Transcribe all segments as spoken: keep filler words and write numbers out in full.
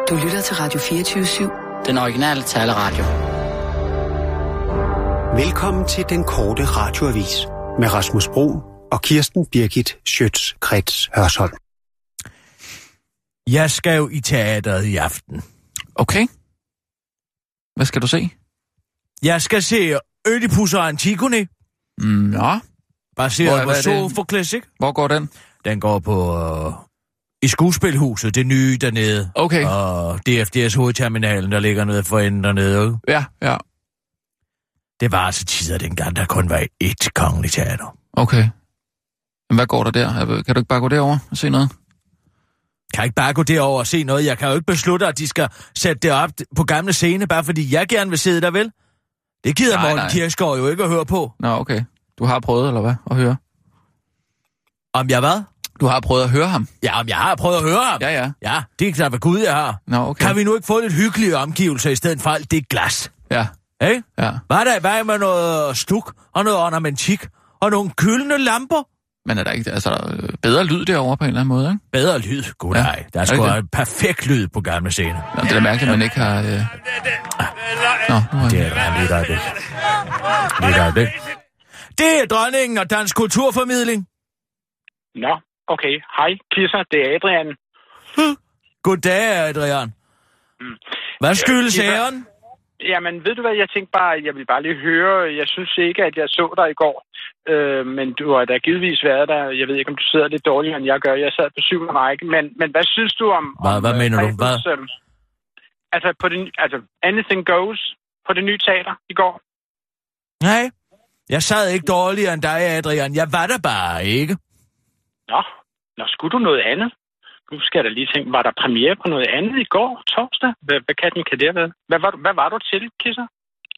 Du lytter til Radio fireogtyve syv. Den originale taleradio. Velkommen til den korte radioavis med Rasmus Bro og Kirsten Birgit Schøtz-Krets Hørsholm. Jeg skal jo i teateret i aften. Okay. Hvad skal du se? Jeg skal se Ødipus og Antigone. Mm, ja. Baseret på Sofokles, ikke? Hvor går den? Den går på... Øh, i skuespilhuset, det nye dernede. Okay. Og D F D S hovedterminalen, der ligger nede for enden dernede. Ja, ja. Det var altså tider dengang, der kun var ét kongeligt teater. Okay. Men hvad går der der? Kan du ikke bare gå derover og se noget? Kan jeg ikke bare gå derover og se noget? Jeg kan jo ikke beslutte, at de skal sætte det op på gamle scene, bare fordi jeg gerne vil sidde der, vel? Det gider nej, Morten Kirkegaard jo ikke at høre på. Nå, okay. Du har prøvet, eller hvad? At høre? Om jeg hvad? Du har prøvet at høre ham? Ja, om jeg har prøvet at høre ham? Ja, ja. Ja, det er klart, hvad Gud jeg har. Nå, okay. Kan vi nu ikke få lidt hyggelige omgivelser i stedet for alt det glas? Ja. Hey? Ja. Var der i vej med noget stuk og noget ornamentik og nogle kyldende lamper? Men er der ikke altså, bedre lyd derovre på en eller anden måde, ikke? Bedre lyd? God nej. Ja. Der er sgu en perfekt lyd på gamle scener. Nå, det er da mærkeligt, at man ikke har... Øh... Nå, nu har det er der lidt af det. Lidt af det. Det er dronningen og Dansk Kulturformidling. Nå, okay. Hej, Kisser. Det er Adrian. Goddag, Adrian. Mm. Hvad skyldes øh, æren? Jamen, ved du hvad, jeg tænkte bare, jeg vil bare lige høre, jeg synes ikke, at jeg så dig i går, øh, men du har da givetvis været der, jeg ved ikke, om du sidder lidt dårligere, end jeg gør, jeg sad på syvende række, men, men hvad synes du om... Hvad, om, hvad mener du? Hvad? Øh, altså, på den, altså, Anything Goes på det nye teater i går? Nej, jeg sad ikke dårligere end dig, Adrian, jeg var der bare ikke. Nå, nå, skulle du noget andet? Nu skal jeg da lige tænke, var der premiere på noget andet i går, torsdag? Hvad, hvad kan den kan det være? Hvad var, hvad var du til, Kisser?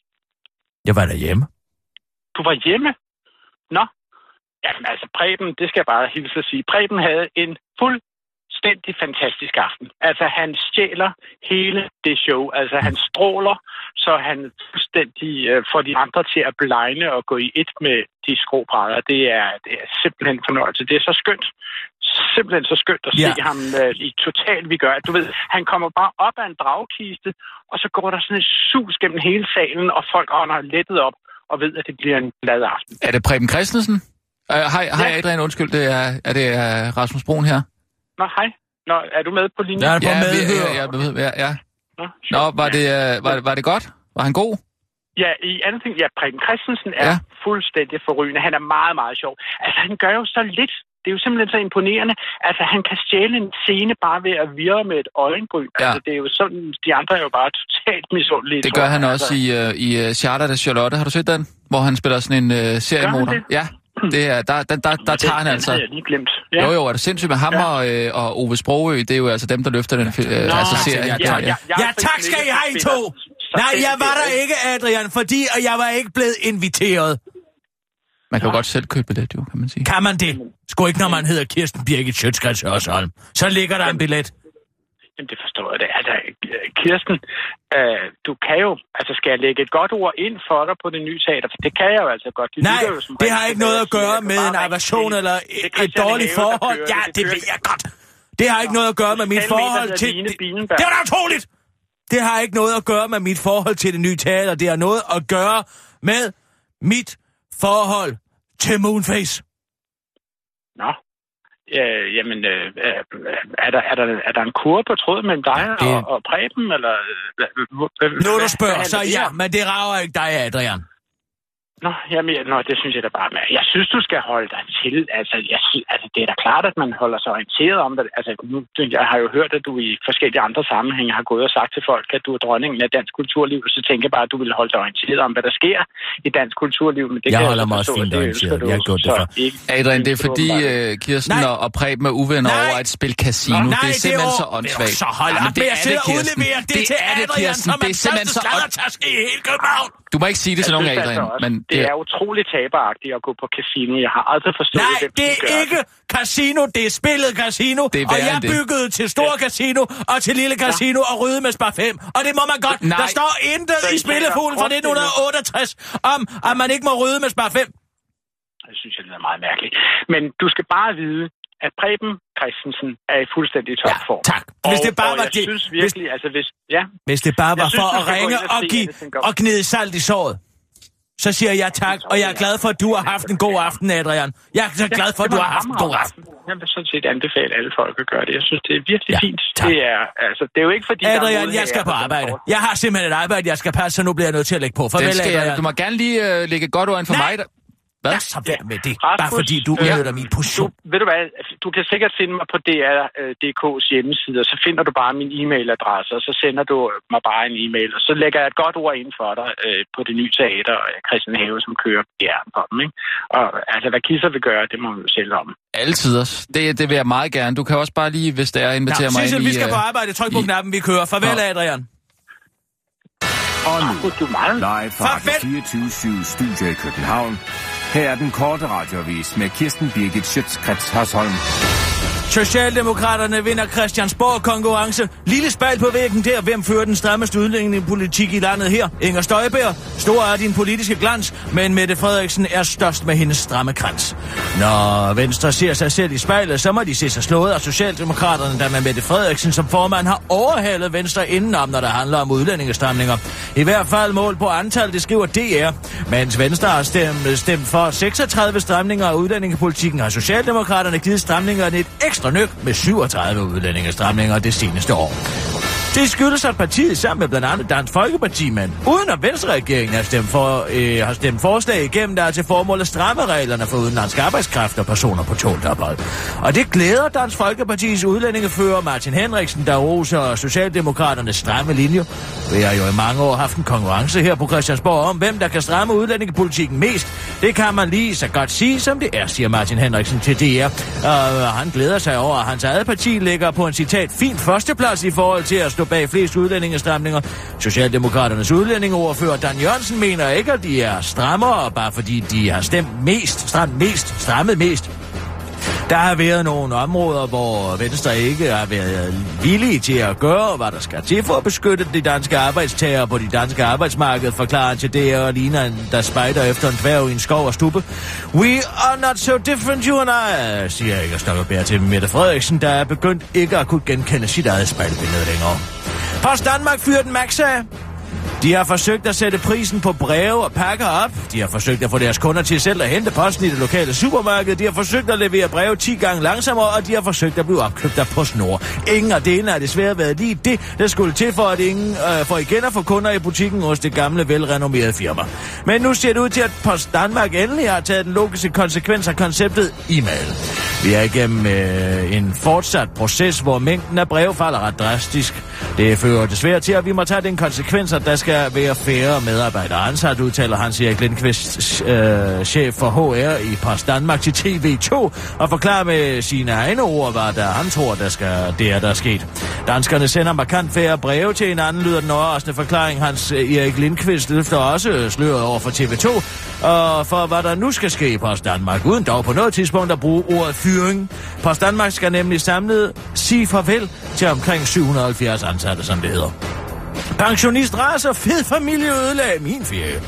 Jeg var derhjemme. Du var hjemme? Nå. Jamen altså, Preben, det skal jeg bare hilse at sige. Preben havde en fuldstændig fantastisk aften. Altså, han stjæler hele det show. Altså, han stråler, så han fuldstændig øh, får de andre til at blegne og gå i et med de skråbrædder. Det er, det er simpelthen en fornøjelse. Det er så skønt. Simpelthen så skønt at se ja. ham øh, i totalt vi gør. Du ved, han kommer bare op af en dragkiste, og så går der sådan et sus gennem hele salen, og folk ånder lettet op og ved, at det bliver en glad aften. Er det Preben Christensen? Uh, hej, ja. hej Adrian, undskyld, det er, er det uh, Rasmus Broen her? Nå, hej. Nå, er du med på linjen? Jeg er på ja, med. Vi, ja, ja, ja, ja. Nå, Nå var, det, uh, var, var det godt? Var han god? Ja, i anden ting, ja, Preben Christensen er ja. fuldstændig forrygende. Han er meget, meget sjov. Altså, han gør jo så lidt. Det er jo simpelthen så imponerende. Altså, han kan stjæle en scene bare ved at virre med et øjenbryn. Ja. Altså, det er jo sådan, de andre er jo bare totalt misundelige. Det gør han altså. også i, uh, i uh, Charlotte og Charlotte. Har du set den? Hvor han spiller sådan en uh, seriemotor. Ja, det er, der, der, der, der tager han altså... Det har jeg lige glemt. Ja. Jo, jo, er det sindssygt med ham ja. og, øh, og Ove Sprogø, det er jo altså dem, der løfter den øh, Nå, altså serien. Ja, ja, ja. ja, tak skal I have, I to! Nej, jeg var der ikke, Adrian, fordi jeg var ikke blevet inviteret. Man kan jo godt selv købe billet, jo, kan man sige. Kan man det? Sgu ikke, når man hedder Kirsten Birgit Schøtz-Krets Hørsholm. Så ligger der en billet. Jamen, det forstår jeg det. Altså, Kirsten, øh, du kan jo... Altså, skal jeg lægge et godt ord ind for dig på det nye teater? For det kan jeg jo altså godt. De Nej, jo som det har ikke noget at gøre med en aversion eller et dårligt forhold. Ja, det ved jeg godt. Det har ikke noget at gøre med mit forhold til... Det er da utroligt! Det har ikke noget at gøre med mit forhold til det nye teater. Det har noget at gøre med mit forhold til Moonface. Nå. Øh, jamen, øh, er, der, er, der, er der en kurve på tråden mellem dig det... og, og Preben, eller... Nu du spørger, så ja, men det rager ikke dig, Adrian. Nå, jamen, nå, det synes jeg da bare med. Jeg synes, du skal holde dig til. Altså, jeg synes, altså, det er da klart, at man holder sig orienteret om det. Altså, nu, jeg har jo hørt, at du i forskellige andre sammenhænge har gået og sagt til folk, at du er dronningen af dansk kulturliv. Så tænker jeg bare, at du vil holde dig orienteret om, hvad der sker i dansk kulturliv. Men det jeg kan holder jeg mig også fint orienteret. Jeg har gjort det for. Adrian, det er fordi uh, Kirsten nej. og Preben er uvenner over at spille casino. Nå, nej, det er simpelthen det så åndssvagt. Så hold op med at sidde og udlevere det, det til Adrian, som er største sladdertaske i hele København. Du må ikke sige det til nogen, Adrian. Men det er utroligt taberagtigt at gå på casino. Jeg har aldrig forstået Nej, det. Nej, det er ikke det. Casino. Det er spillet casino. Det er og jeg byggede til stor ja. casino og til lille casino ja. og rydde med spar fem. Og det må man godt. Nej. Der står intet i Spillefuglen fra nitten otteogtres om, at man ikke må rydde med spar fem. Det synes jeg, det er meget mærkeligt. Men du skal bare vide, at Preben Christensen er i fuldstændig topform. Ja, tak. Hvis det bare og, var og jeg synes virkelig, hvis, altså hvis... Ja. Hvis det bare var jeg for synes, at ringe og, give, og gnide salt i såret, så siger jeg tak, og jeg er glad for, at du har haft en god aften, Adrian. Jeg er så glad for, at du har haft en god aften. Jeg vil sådan set anbefale alle folk at gøre det. Jeg synes, det er virkelig ja, fint. Tak. Det er, altså, det er jo ikke fordi, Adrian, der er jeg skal på arbejde. Jeg har simpelthen et arbejde, jeg skal passe, så nu bliver jeg nødt til at lægge på. Farvel, skal Adrian. Jeg, du må gerne lige uh, lægge et godt ord ind for Nej. mig. Der. Hvad? Ja, så vær med det. Rasmus, Bare fordi du udnytter min position. Du, ved du hvad, du kan sikkert finde mig på D R punktum D K's hjemmeside, og så finder du bare min e-mailadresse, og så sender du mig bare en e-mail, og så lægger jeg et godt ord ind for dig øh, på det nye teater, Christian Have, som kører D R på dem, ikke? Og altså, hvad Kisser vil gøre, det må vi jo selv om. Altid også. Det, det vil jeg meget gerne. Du kan også bare lige, hvis det er, invitere Nå, mig Sissel, ind i... vi skal på arbejde. Tryk på i... knappen, vi kører. Farvel, Nå. Adrian. Og nu, du meget live fra fireogtyve syv Studio i København. Her er den korte radioavis med Kirsten Birgit Schøtz-Krets Hørsholm. Socialdemokraterne vinder Christiansborg-konkurrence. Lille spejl på væggen der. Hvem fører den strammeste udlændingepolitik i landet her? Inger Støjberg. Stor er din politiske glans, men Mette Frederiksen er størst med hendes stramme krans. Når Venstre ser sig selv i spejlet, så må de se sig slået af Socialdemokraterne, der med Mette Frederiksen som formand har overhalet Venstre indenom, når der handler om udlændingestramninger. I hvert fald mål på antal, det skriver D R. Mens Venstre har stemt, stemt for seksogtredive stramninger af udlændingepolitikken, har Socialdemokraterne givet stramningerne et ekstra nyk med syvogtredive udlændingestramninger det seneste år. Det skyldes, at partiet sammen med blandt andet Dansk Folkeparti, men uden at Venstre-regeringen har stemt, for, øh, har stemt forslag igennem, der er til formål at stramme reglerne for udenlandsk arbejdskraft og personer på tålt ophold. Og det glæder Dansk Folkepartis udlændingefører Martin Henriksen, der roser Socialdemokraternes stramme linje. Vi har jo i mange år haft en konkurrence her på Christiansborg om, hvem der kan stramme udlændingepolitikken mest. Det kan man lige så godt sige, som det er, siger Martin Henriksen til D R. Og han glæder sig over, at hans eget parti ligger på en citat fin førsteplads i forhold til at stå bag flest udlændingestramninger. Socialdemokraternes udlændingeordfører Dan Jørgensen mener ikke, at de er strammere, bare fordi de har stemt mest, stramt mest, strammet mest. Der har været nogle områder, hvor Venstre ikke har været villige til at gøre, hvad der skal til for at beskytte de danske arbejdstagere på de danske arbejdsmarked, forklarer til det og ligner en, der spejder efter en dværg i en skov og stubbe. We are not so different, you and I, siger Inger Støjberg til Mette Frederiksen, der er begyndt ikke at kunne genkende sit eget spejlbillede længere. Post Danmark fyrer den max af. De har forsøgt at sætte prisen på breve og pakker op. De har forsøgt at få deres kunder til selv at hente posten i det lokale supermarked. De har forsøgt at levere breve ti gange langsommere, og de har forsøgt at blive opkøbt af PostNord. Ingen af delene har desværre været lige det, der skulle til for, at ingen, øh, for igen at få kunder i butikken hos det gamle, velrenommerede firma. Men nu ser det ud til, at Post Danmark endelig har taget den logiske konsekvens af konceptet e-mail. Vi er igennem øh, en fortsat proces, hvor mængden af breve falder ret drastisk. Det fører desværre til, at vi må tage den konsekvens, at der skal være færre medarbejdere ansat, udtaler Hans Erik Lindqvist, øh, chef for H R i Post Danmark til T V to, og forklarer med sine egne ord, hvad der han tror, der skal, det er, der er sket. Danskerne sender markant færre breve til hinanden, lyder den overraskende forklaring. Hans Erik Lindqvist løfter også sløret over for T V to, og for hvad der nu skal ske i Post Danmark, uden dog på noget tidspunkt at bruge ordet fyring. Post Danmark skal nemlig samlet sige farvel til omkring syv hundrede og halvfjerds ansatte, som det hedder. Pensionist raser, fed familie ødelag min ferie.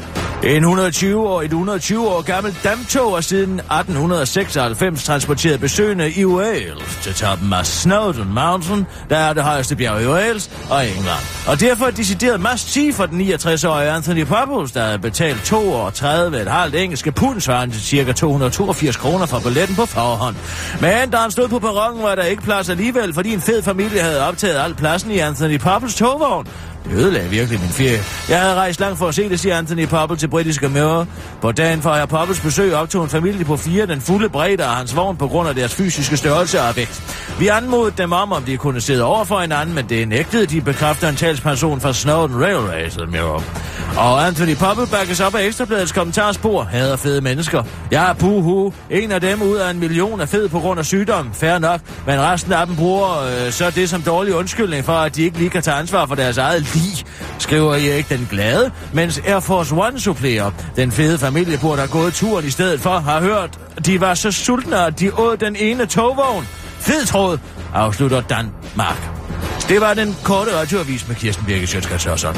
En hundrede og tyve år, et hundrede og tyve år gammel damptog har siden atten seksoghalvfems transporteret besøgende i Wales til toppen af Snowdon Mountain, der er det højeste bjerg i Wales og England. Og derfor er decideret must see for den niogtres-årige Anthony Popple, der har betalt toogtredive komma fem engelske pund, svarende til ca. to hundrede og toogfirs kroner for billetten på forhånd. Men da han stod på perronen, var der ikke plads alligevel, fordi en fed familie havde optaget al pladsen i Anthony Popples togvogn. Det ødelagde virkelig min ferie. Jeg havde rejst langt for at se det, siger Anthony Popple til britiske Mirror. På dagen for herr Popples besøg optog en familie på fire den fulde bredde af hans vogn på grund af deres fysiske størrelse og vægt. Vi anmodede dem om, om de kunne sidde over for hinanden, men det nægtede de, bekræfter en talsperson fra Snowdon Railway, siger Mirror. Og Anthony Popple bakkes op af Ekstrabladets kommentarspor. Hader fede mennesker. Jeg er puhu. En af dem ud af en million er fed på grund af sygdom. Fair nok. Men resten af dem bruger øh, så det som dårlig undskyldning for, at de ikke lige kan tage ansvar for deres eget liv, skriver Erik den Glade, mens Air Force One supplerer. Den fede familie burde have gået turen i stedet for, har hørt, de var så sultne, at de åd den ene togvogn. Fed tråd, afslutter Danmark. Det var den korte radioavis med Kirsten Birgit Schøtz-Krets Hørsholm.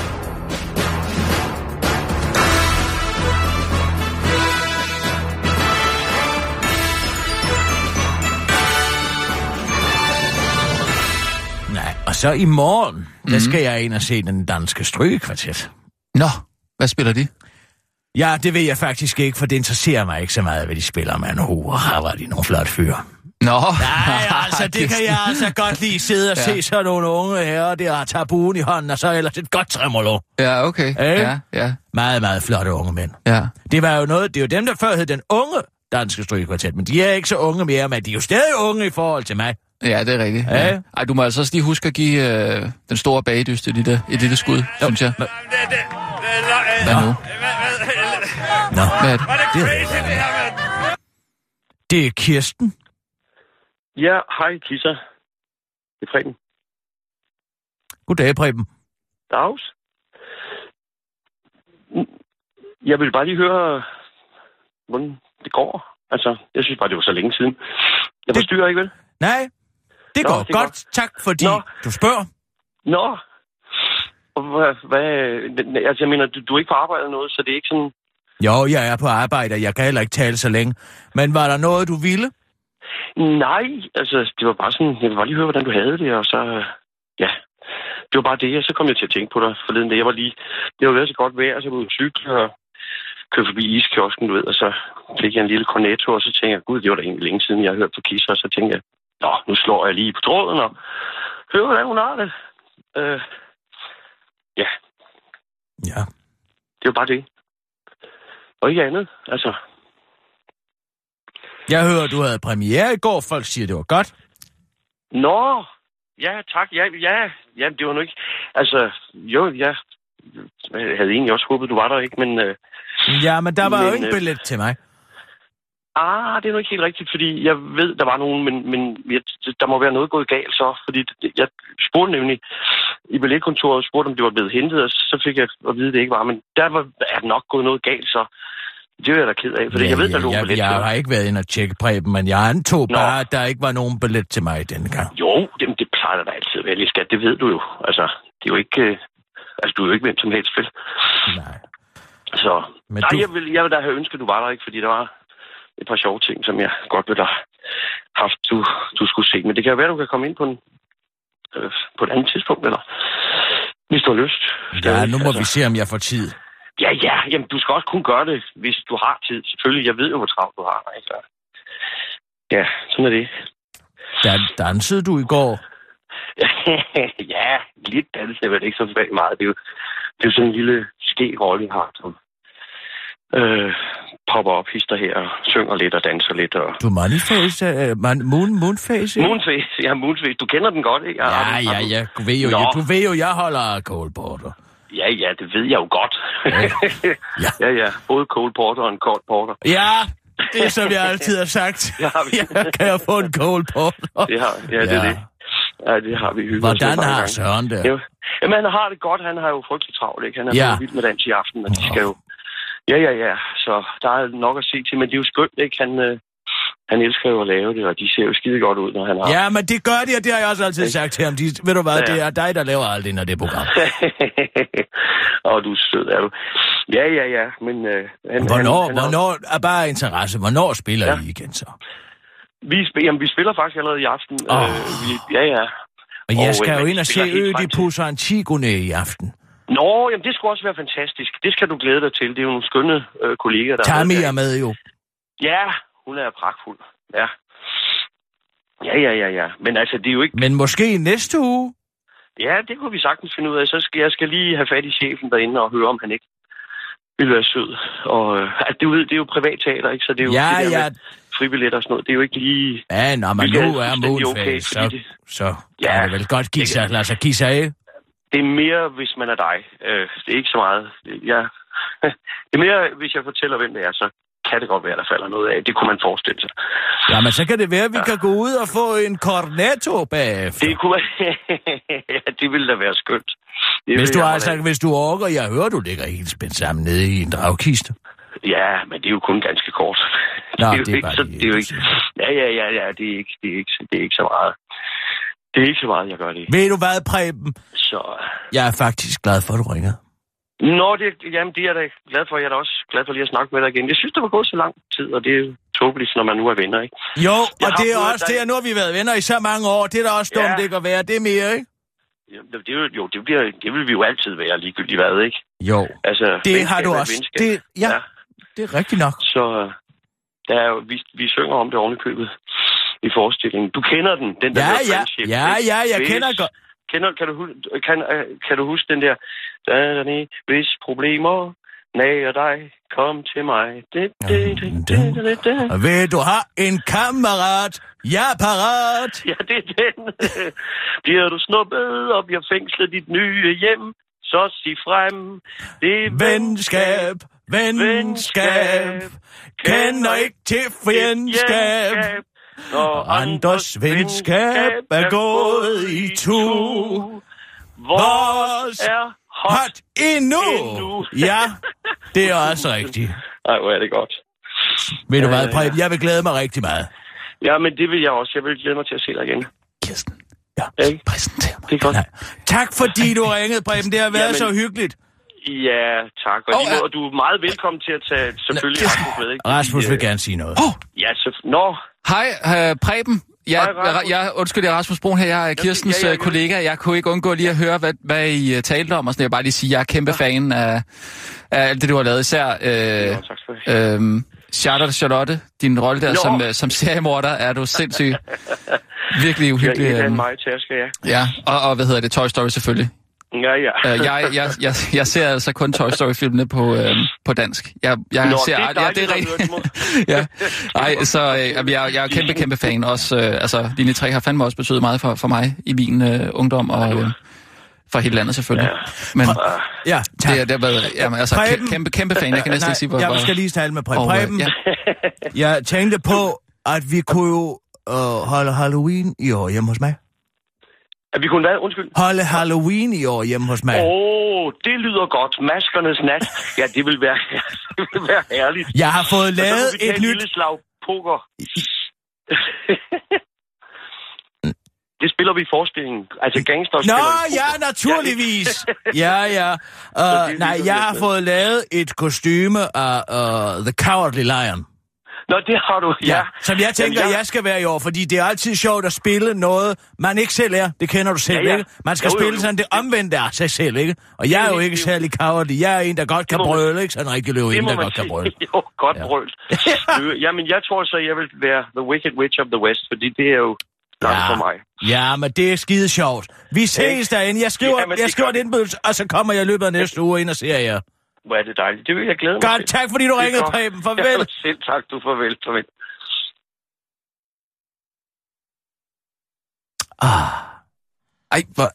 Nej, og så i morgen, mm. der skal jeg ind og se den danske strygekvartet. Nå, hvad spiller de? Ja, det ved jeg faktisk ikke, for det interesserer mig ikke så meget, hvad de spiller, man. Uh, her var de nogle flotte fyre. Nå. Nej, altså, det kan jeg altså godt lige sidde og ja. se sådan nogle unge her, der har tabuen i hånden, og så ellers et godt tremolo. Ja, okay. Øh? Ja, ja. Meget, meget flotte unge mænd. Ja. Det var jo noget, det er jo dem, der før hed den unge danske strygekvartet, men de er ikke så unge mere, men de er jo stadig unge i forhold til mig. Ja, det er rigtigt. Ja. Ja. Ej, du må altså også lige huske at give øh, den store bagdyst et lille, et lille skud, jo. synes jeg. Hvad nu? Nå, hvad er det? Det er, det er, det er Kirsten. Ja, hej Kisser. Det er Preben. Goddag, Preben. Dags. Jeg vil bare lige høre, hvordan det går. Altså, jeg synes bare, det var så længe siden. Jeg forstyrrer ikke, vel? Nej, det Nå, går det godt. godt. Tak, fordi Nå. du spørger. Nå. Og hvad, hvad, altså, jeg mener, du, du er ikke på arbejde eller noget, så det er ikke sådan... Jo, jeg er på arbejde, og jeg kan heller ikke tale så længe. Men var der noget, du ville? Nej, altså, det var bare sådan... Jeg vil bare lige høre, hvordan du havde det, og så... Ja, det var bare det, og så kom jeg til at tænke på dig forleden. Jeg var lige... Det var været så godt vejr, så jeg var ude cykle og kørte forbi iskiosken, du ved, og så fik jeg en lille cornetto, og så tænkte jeg, gud, det var da egentlig længe siden, jeg har hørt på Kisser, og så tænkte jeg, nå, nu slår jeg lige på tråden og hører, hvordan hun har det. Øh, ja. Ja. Det var bare det. Og ikke andet, altså. Jeg hører, du havde premiere i går. Folk siger, det var godt. Nå, ja, tak. Ja, ja, ja, det var nu ikke... Altså, jo, ja. Jeg havde egentlig også håbet, du var der, ikke? Men... Øh, ja, men der var men, jo ingen øh, billet til mig. Ah, det er nu ikke helt rigtigt, fordi jeg ved, der var nogen, men, men jeg, der må være noget gået galt så, fordi jeg spurgte nemlig i billetkontoret og spurgte, om det var blevet hentet, og så fik jeg at vide, at det ikke var, men der var, er nok gået noget galt så. Det er jeg da ked af, for ja, jeg ved, der ja, lå jeg, billet. Jeg har ikke været inde og tjekke Preben, men jeg antog Nå. bare, at der ikke var nogen billet til mig denne gang. Jo, det, det plejer der altid at være, skat. Det ved du jo. Altså, det er jo ikke... Altså, du er jo ikke hvem som helst, vel? Nej. Så, men nej, du... jeg, vil, jeg vil da have ønsket, at du var der ikke, fordi der var et par sjove ting, som jeg godt ville have haft, du, du skulle se. Men det kan jo være, at du kan komme ind på, en, øh, på et andet tidspunkt, eller hvis du har lyst. Ja, nu må altså. vi se, om jeg får tid. Ja, ja, jamen, du skal også kunne gøre det, hvis du har tid. Selvfølgelig, jeg ved jo, hvor travlt du har. Ikke? Ja, sådan er det. Dan- dansede du i går? Ja, lidt danse er vel ikke så meget. Det er jo, det er jo sådan en lille ske-rolle, jeg har, som øh, popper op, hister her, og synger lidt og danser lidt. Og... Du moneyface? Uh, man, moon, moonface? Moonface, ja, moonface. Du kender den godt, ikke? Ja, ja, ja, ja. Du ved jo, jeg, du ved jo, jeg holder af Cole Porter. Ja, ja, det ved jeg jo godt. Ja, ja. ja, ja. Både Cole Porter og en Cold Porter. Ja, det er som jeg altid har sagt. Ja, kan jeg få en Cole Porter? Det har, ja, det er ja. det. Ja, det har vi hygget. Hvordan har Søren det? Ja. Jamen, han har det godt. Han har jo frygtelig travlt, ikke? Han er ja. vild med dans i aften, og de skal jo... Ja, ja, ja. Så der er nok at se til, men det er jo skønt, ikke? Han, øh... han elsker jo at lave det, og de ser jo skide godt ud, når han har... Ja, men det gør de, og det har jeg også altid sagt til ham. De, ved du hvad, ja. det er dig, der laver alt det, når det er program. Åh, du er sød, er du. Ja, ja, ja, men... Øh, han, hvornår, han, han hvornår er bare interesse? Hvornår spiller ja. I igen så? Vi, sp- jamen, vi spiller faktisk allerede i aften. Oh. Øh, vi, ja, ja. Og jeg skal og, jo ind og se Ødipus og Antigone i aften. Nå, jamen det skulle også være fantastisk. Det skal du glæde dig til. Det er jo nogle skønne øh, kolleger, der... Tammy er med jo. Ja, hun er pragtfuld. Ja. Ja, ja, ja, ja. Men altså, det er jo ikke... Men måske næste uge? Ja, det kunne vi sagtens finde ud af. Så skal jeg skal lige have fat i chefen derinde og høre, om han ikke vil være sød. Og øh, altså, det, er jo, det er jo privat teater, ikke? Så det er jo ja, det der ja. med fribilletter og sådan noget. Det er jo ikke lige... Ja, når man nu er Moonface, okay, så, det... så kan ja, det vel godt give sig, lade sig give sig af. Det er mere, hvis man er dig. Øh, det er ikke så meget... Ja. Det er mere, hvis jeg fortæller, hvem det er, så kan det godt være, der falder noget af. Det kunne man forestille sig. Ja, men så kan det være, at vi ja. kan gå ud og få en cornetto bagefter. Det kunne man... ja, det ville da være skønt. Det hvis du altså, hvis du orker, jeg hører, du ligger helt spændt sammen nede i en dragkiste. Ja, men det er jo kun ganske kort. Nå, det er jo det er ikke, bare så, det, det er jo ikke... Ja, ja, ja, ja, det er ikke, det er ikke, det er ikke så meget. Det er ikke så meget, jeg gør det. Ved du hvad, Preben? Så... Jeg er faktisk glad for, at du ringede. Nå, det, jamen, det er jeg da glad for. Jeg er da også glad for lige at snakke med dig igen. Jeg synes, det var gået så lang tid, og det er jo tåbeligt, når man nu er venner, ikke? Jo, jeg og det er også det, og nu har vi været venner i så mange år. Det er da også dumt, ja. ikke at være. Det er mere, ikke? det, er jo, det, bliver, det vil vi jo altid være ligegyldigt hvad, ikke? Jo, altså, det har du også. Det, ja, ja, det er rigtigt nok. Så der er jo, vi, vi synger om det oven i købet i forestillingen. Du kender den, den der ja, der ja. friendship. Ja, ja, jeg hvis, kender godt. Kender, kan, du, kan, kan du huske den der, hvis problemer nager dig, kom til mig. Det, det, det, det, det, det. Ved du har en kammerat, jeg er parat. Ja, det er den. Bliver du snuppet og bliver fængslet dit nye hjem, så sig frem. Det er venskab, venskab, kender ikke til fjendskab. Og andres venskab er gået i tu. Vores er hot endnu. endnu. Ja, det er også rigtigt. Ej, hvor er det godt. Ved du hvad, Preben? Jeg vil glæde mig rigtig meget. Ja, men det vil jeg også. Jeg vil glæde mig til at se dig igen. Kirsten, ja, okay. Præsenter mig. Det er godt. Nej. Tak fordi du ringede, Preben. Det har været ja, men... så hyggeligt. Ja, tak. Og, oh, ja. og du er meget velkommen til at tage selvfølgelig Nå, Rasmus med, ikke? Rasmus vil gerne sige noget. Oh. Ja, så... Nå. Hej, uh, Preben. Jeg, jeg, jeg, undskyld, jeg er Rasmus Brun her. Jeg er Kirstens ja, ja, ja. kollega. Jeg kunne ikke undgå lige at høre, hvad, hvad I uh, talte om. Og sådan, jeg vil bare lige sige, at jeg er kæmpe ja. fan af, af alt det, du har lavet. Især øh, ja, øh, Charlotte, Charlotte, din rolle der som, uh, som seriemorder, er du sindssyg. Virkelig uhyggelig. Ja, det er en meget taske, ja. Ja, og, og hvad hedder det? Toy Story selvfølgelig. Ja, ja. uh, jeg, jeg, jeg, jeg ser altså kun Toy Story-filmene på, øh, på dansk. Jeg, jeg Nå, ser, det er dejligt, ja, det er rigtigt. ja. Ej, så øh, jeg, jeg er kæmpe, kæmpe fan. Også, øh, altså, Linje tre har fandme også betydet meget for, for mig i min øh, ungdom, og øh, for hele landet selvfølgelig. Ja. Men ja, tak. Det, det har været, jamen, altså, Preben, kæmpe, kæmpe fan. Jeg kan næsten nej, ikke sige, hvor... Jeg skal lige tale med Preben. Og, Preben, ja. Jeg tænkte på, at vi kunne jo øh, holde Halloween i år hjemme hos mig. At vi kunne hvad? Undskyld. Holde Halloween i år hjemme hos mig. Åh, oh, det lyder godt. Maskernes nat. Ja, det vil være, det vil være herligt. Jeg har fået lavet et nyt... et lille slag poker. Det spiller vi i forestillingen. Altså gangster Nå, ja, naturligvis. ja, ja. Uh, nej, jeg har fået lavet et kostyme af uh, The Cowardly Lion. Nå, det har du, ja. ja. Som jeg tænker, Jamen, jeg... jeg skal være i år, fordi det er altid sjovt at spille noget, man ikke selv er. Det kender du selv, ja, ja. ikke? Man skal jo, spille jo, jo. sådan det omvendte af sig selv, ikke? Og jeg er jo ikke særlig cowardly. Jeg er en, der godt kan brøle, ikke? Sådan en rigtig løve, der godt kan brøle. Jo, godt ja. brøl. Jamen, jeg tror så, jeg vil være The Wicked Witch of the West, fordi det er jo langt ja. for mig. Ja, men det er skide sjovt. Vi ses derinde. Jeg skriver, ja, jeg skriver et indbydelse, og så kommer jeg i løbet af næste uge ind og ser jer. Hvor er det dejligt. Det vil jeg glæde mig godt, til. Tak fordi du ringede, Preben. Farvel. Ja, selv tak, du farvel. Farvel. Ah. Ej, hvor...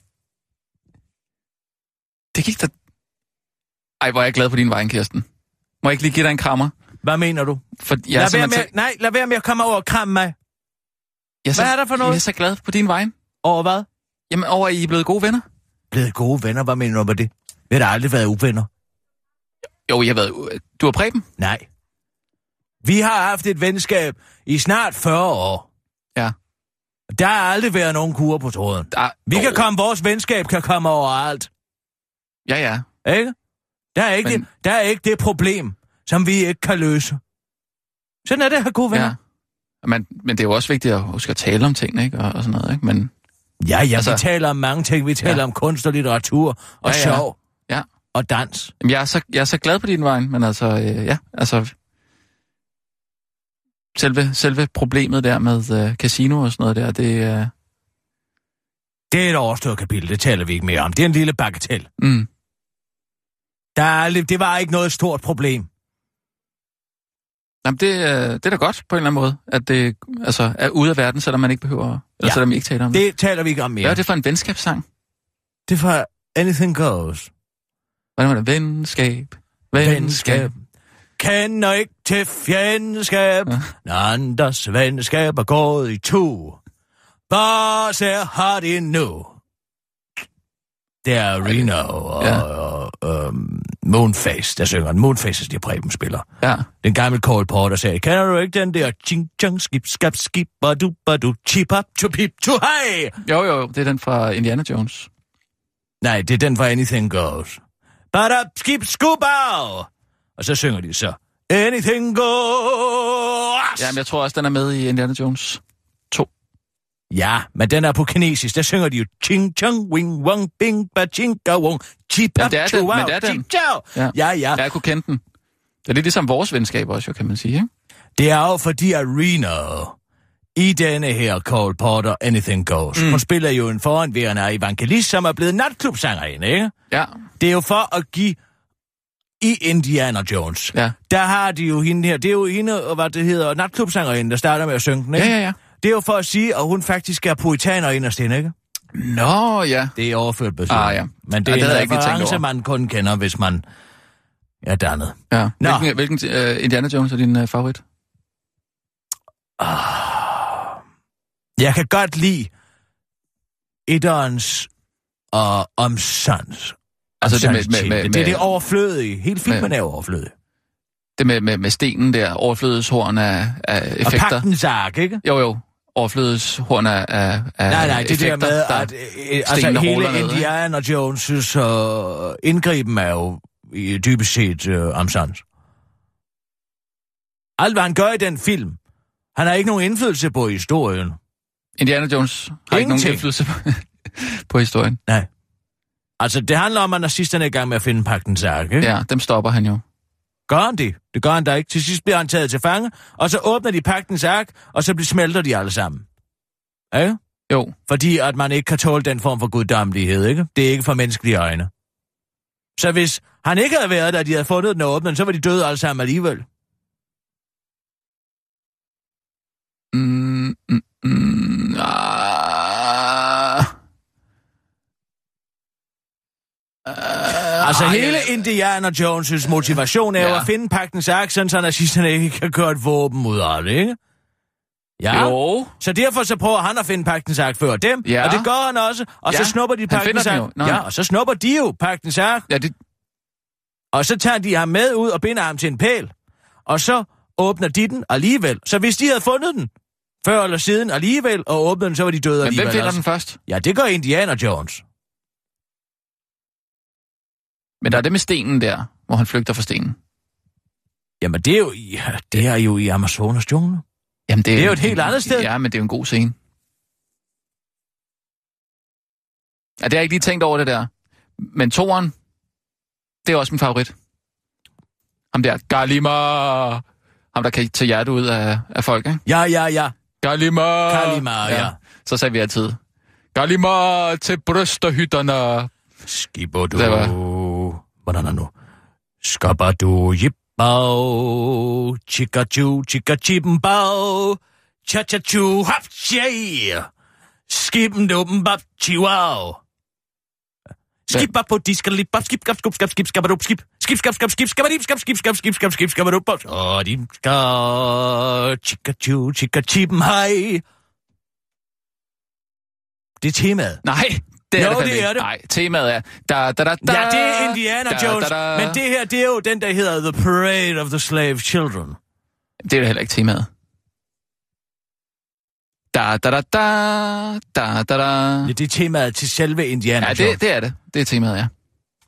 Det gik da... Ej, hvor er jeg glad på din vej, Kirsten. Må jeg ikke lige give dig en krammer? Hvad mener du? For jeg lad være med, t... Nej, lad være med at komme over og kramme mig. Jeg er hvad så, er der for noget? Jeg er så glad på din vej. Over hvad? Jamen, over I er blevet gode venner. Blevet gode venner? Hvad mener du med det? Vi har da aldrig været uvenner. Jo, jeg ved, du har Preben? Nej. Vi har haft et venskab i snart fyrre år. Ja. Der har aldrig været nogen kur på tråden. Der, vi kan oh. komme, vores venskab kan komme overalt. Ja, ja. Ikke? Der er ikke, Men... det, der er ikke det problem, som vi ikke kan løse. Sådan er det her gode venner. Ja. Men, men det er jo også vigtigt at huske at tale om tingene, ikke? Og, og sådan noget, ikke? Men... Ja, ja, altså... vi taler om mange ting. Vi taler ja. om kunst og litteratur og ja, ja. sjov. Ja. Og dans. Jamen, jeg er så, jeg er så glad på din vej, men altså, øh, ja, altså... Selve, selve problemet der med øh, casino og sådan noget der, det er... Øh... Det er et overstået kapitel, det taler vi ikke mere om. Det er en lille bagatel. Mm. Der er, det var ikke noget stort problem. Jamen, det, øh, det er da godt på en eller anden måde, at det altså, er ude af verden, selvom man ikke behøver... Eller ja. selvom vi ikke taler om det. Det taler vi ikke om mere. Hvad er det for en venskabssang? Det er for Anything Goes. Hvordan var det? Venskab. Venskab. Venskab. Kender ikke til fjendskab. Ja. Andres venskab er gået i to. Bare ser har det nu. Det er Reno og, ja. og, og um, Moonface, der synger. Moonface, de Preben spiller. Ja. Den gamle Cole Porter sagde, kender du ikke den der ching chang skip skab skip badu badu chip up to pip to high? Jo, jo, det er den fra Indiana Jones. Nej, det er den fra Anything Goes. Bada skip scoop out! Og så synger de så, Anything Goes! Ja, men jeg tror også, den er med i Indiana Jones to. Ja, men den er på kinesisk. Der synger de jo ching chong wing wong bing ba ching ga wong chi pa det er den, men det er den. Ja, ja. ja. Jeg kunne kende den. Det er lidt ligesom vores venskab også, kan man sige, ikke? Det er jo fordi, at Reno i denne her Cole Porter Anything Goes, mm. hun spiller jo en foranværende evangelist, som er blevet natklubsangerinde, ikke? Ja. Det er jo for at give i Indiana Jones. Ja. Der har de jo hende her. Det er jo hende, hvad det hedder, natklubsangerinde, der starter med at synge den, ikke? Ja, ja, ja. Det er jo for at sige, at hun faktisk er puritaner inderst inde, ikke? Nå, ja. Det er overført betydning. Ah, ja. Men det ja, er det en reference, man kun kender, hvis man er dannet. Ja. Hvilken, hvilken uh, Indiana Jones er din uh, favorit? Ah, jeg kan godt lide etterens og om sans. Altså det med, med, med, det er det overflødige. Hele filmen med, er overflødig. Det med, med, med stenen der, overflødeshorn af, af effekter. Og pagtens ark, ikke? Jo, jo. Overflødeshorn af, af Nej, nej, det effekter, der med, der at øh, altså, hele Indiana Jones' uh, indgriben er jo i, dybest set uh, om sans. Alt, hvad han gør i den film, han har ikke nogen indflydelse på historien. Indiana Jones har Ingenting. ikke nogen indflydelse på, på historien. Nej. Altså, det handler om, at nazisterne er i gang med at finde pagtens ark, ikke? Ja, dem stopper han jo. Gør han det? Det gør han da ikke. Til sidst bliver han taget til fange, og så åbner de pagtens ark, og så bliver smelter de alle sammen. Ikke? Jo. Fordi at man ikke kan tåle den form for guddommelighed, ikke? Det er ikke for menneskelige øjne. Så hvis han ikke havde været der, de havde fundet den og åbnet, så var de døde alle sammen alligevel. Mm, mm, mm, ah. Uh, altså hele Indiana Jones' motivation er jo ja. at finde pagtens ark, sådan så nazisterne ikke kan køre et våben ud af det, ikke? Ja. Jo. Så derfor så prøver han at finde pagtens ark før dem, ja. og det gør han også, og ja. så snupper de pagtens ark. Ja, og så snupper de jo pagtens ark. Ja, det... Og så tager de ham med ud og binder ham til en pæl, og så åbner de den alligevel. Så hvis de havde fundet den før eller siden alligevel, og åbnet den, så var de døde alligevel. Men hvem finder også. den først? Ja, det gør Indiana Jones. Men der er det med stenen der, hvor han flygter fra stenen. Jamen, det er jo, ja, det er jo i Amazonas jungle. Jamen, det er, det er jo et helt andet sted. Ja, men det er jo en god scene. Ja, det har jeg ikke lige tænkt over det der. Men toeren, det er også min favorit. Ham der, Galima. Ham, der kan tage hjertet ud af, af folk, ikke? Ja, ja, ja. Galima. Galima, ja. ja. Så sagde vi altid. Galima til brysterhytterne. Skibodu. Hvordan er nu? Skabadu jibbau. Chikachu, chikachimbau. Cha-cha-chu, hapchai. Skibendum bab chihuau. Skib bab på diskalip bab skib skab skab skab skib skabadup skib skib skab skab skib skabadip skab skib skab skib skab skib skabadup og dim ska chikachu chikachim hej. Det er temaet. Nej, det er jo, det, det er det. Nej, temaet er da da da da. Ja, det er Indiana da, Jones, da, da. Men det her, det er jo den der hedder The Parade of the Slave Children. Det er da heller ikke temaet. Da da da da da da da. Ja, det er temaet til selve Indiana Jones. Ja, det, det er det. Det er temaet, ja.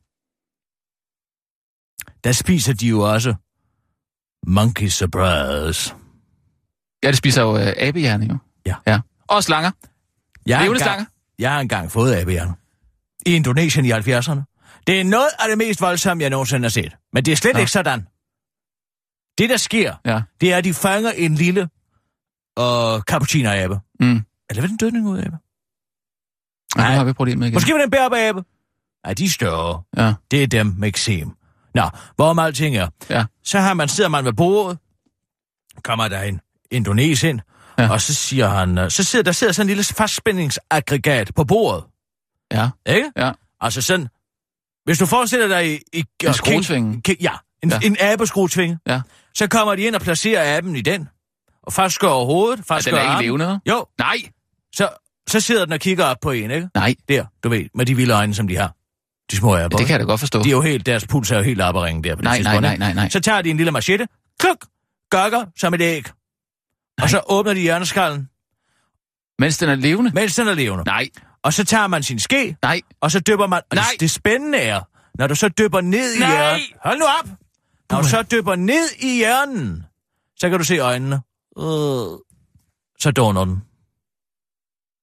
Der spiser de jo også monkey surprise. Ja, det spiser jo øh, abehjerne jo. Ja. Ja. Og slanger. Levende slanger. Jeg har engang fået abehjerne. I Indonesien i halvfjerdserne. Det er noget af det mest voldsomme, jeg nogensinde har set. Men det er slet ja. ikke sådan. Det, der sker, ja. det er, at de fanger en lille og cappuccino-abe. Mm. Eller hvad den dødning ud af abe? Nej, har vi problemet igen. Måske var den bærbe-abe. Nej, de er større. Ja. Det er dem med eksem. Nå, hvorom alting er. Ja. Så har man, sidder man ved bordet. Kommer der en Indonesien. Ja. Og så siger han, så sidder der sidder sådan en lille fastspændingsaggregat på bordet. Ja. Ikke? Ja. Altså sådan, hvis du forestiller dig i... i en skruetvinge. Ja, en, ja. en abeskruetvinge. Ja. Så kommer de ind og placerer aben i den. Og først skør over hovedet, først skør armen. Er den ikke levende? Jo. Nej. Så, så sidder den og kigger op på en, ikke? Nej. Der, du ved, med de vilde øjne, som de har. De små aber. Ja, det kan jeg da godt forstå. De er jo helt, deres puls er jo helt op at ringe der. På nej, nej, nej, nej, nej. Så tager de en lille machete, kluk, gokker som et æg. Nej. Og så åbner de hjerneskallen. Mens den er levende? Mens den er levende. Nej. Og så tager man sin ske. Nej. Og så dypper man... Nej. Det, det spændende er, når du så dypper ned i Nej. hjernen... Hold nu op! Når du så dypper ned i hjernen, så kan du se øjnene. Øh, så doner den.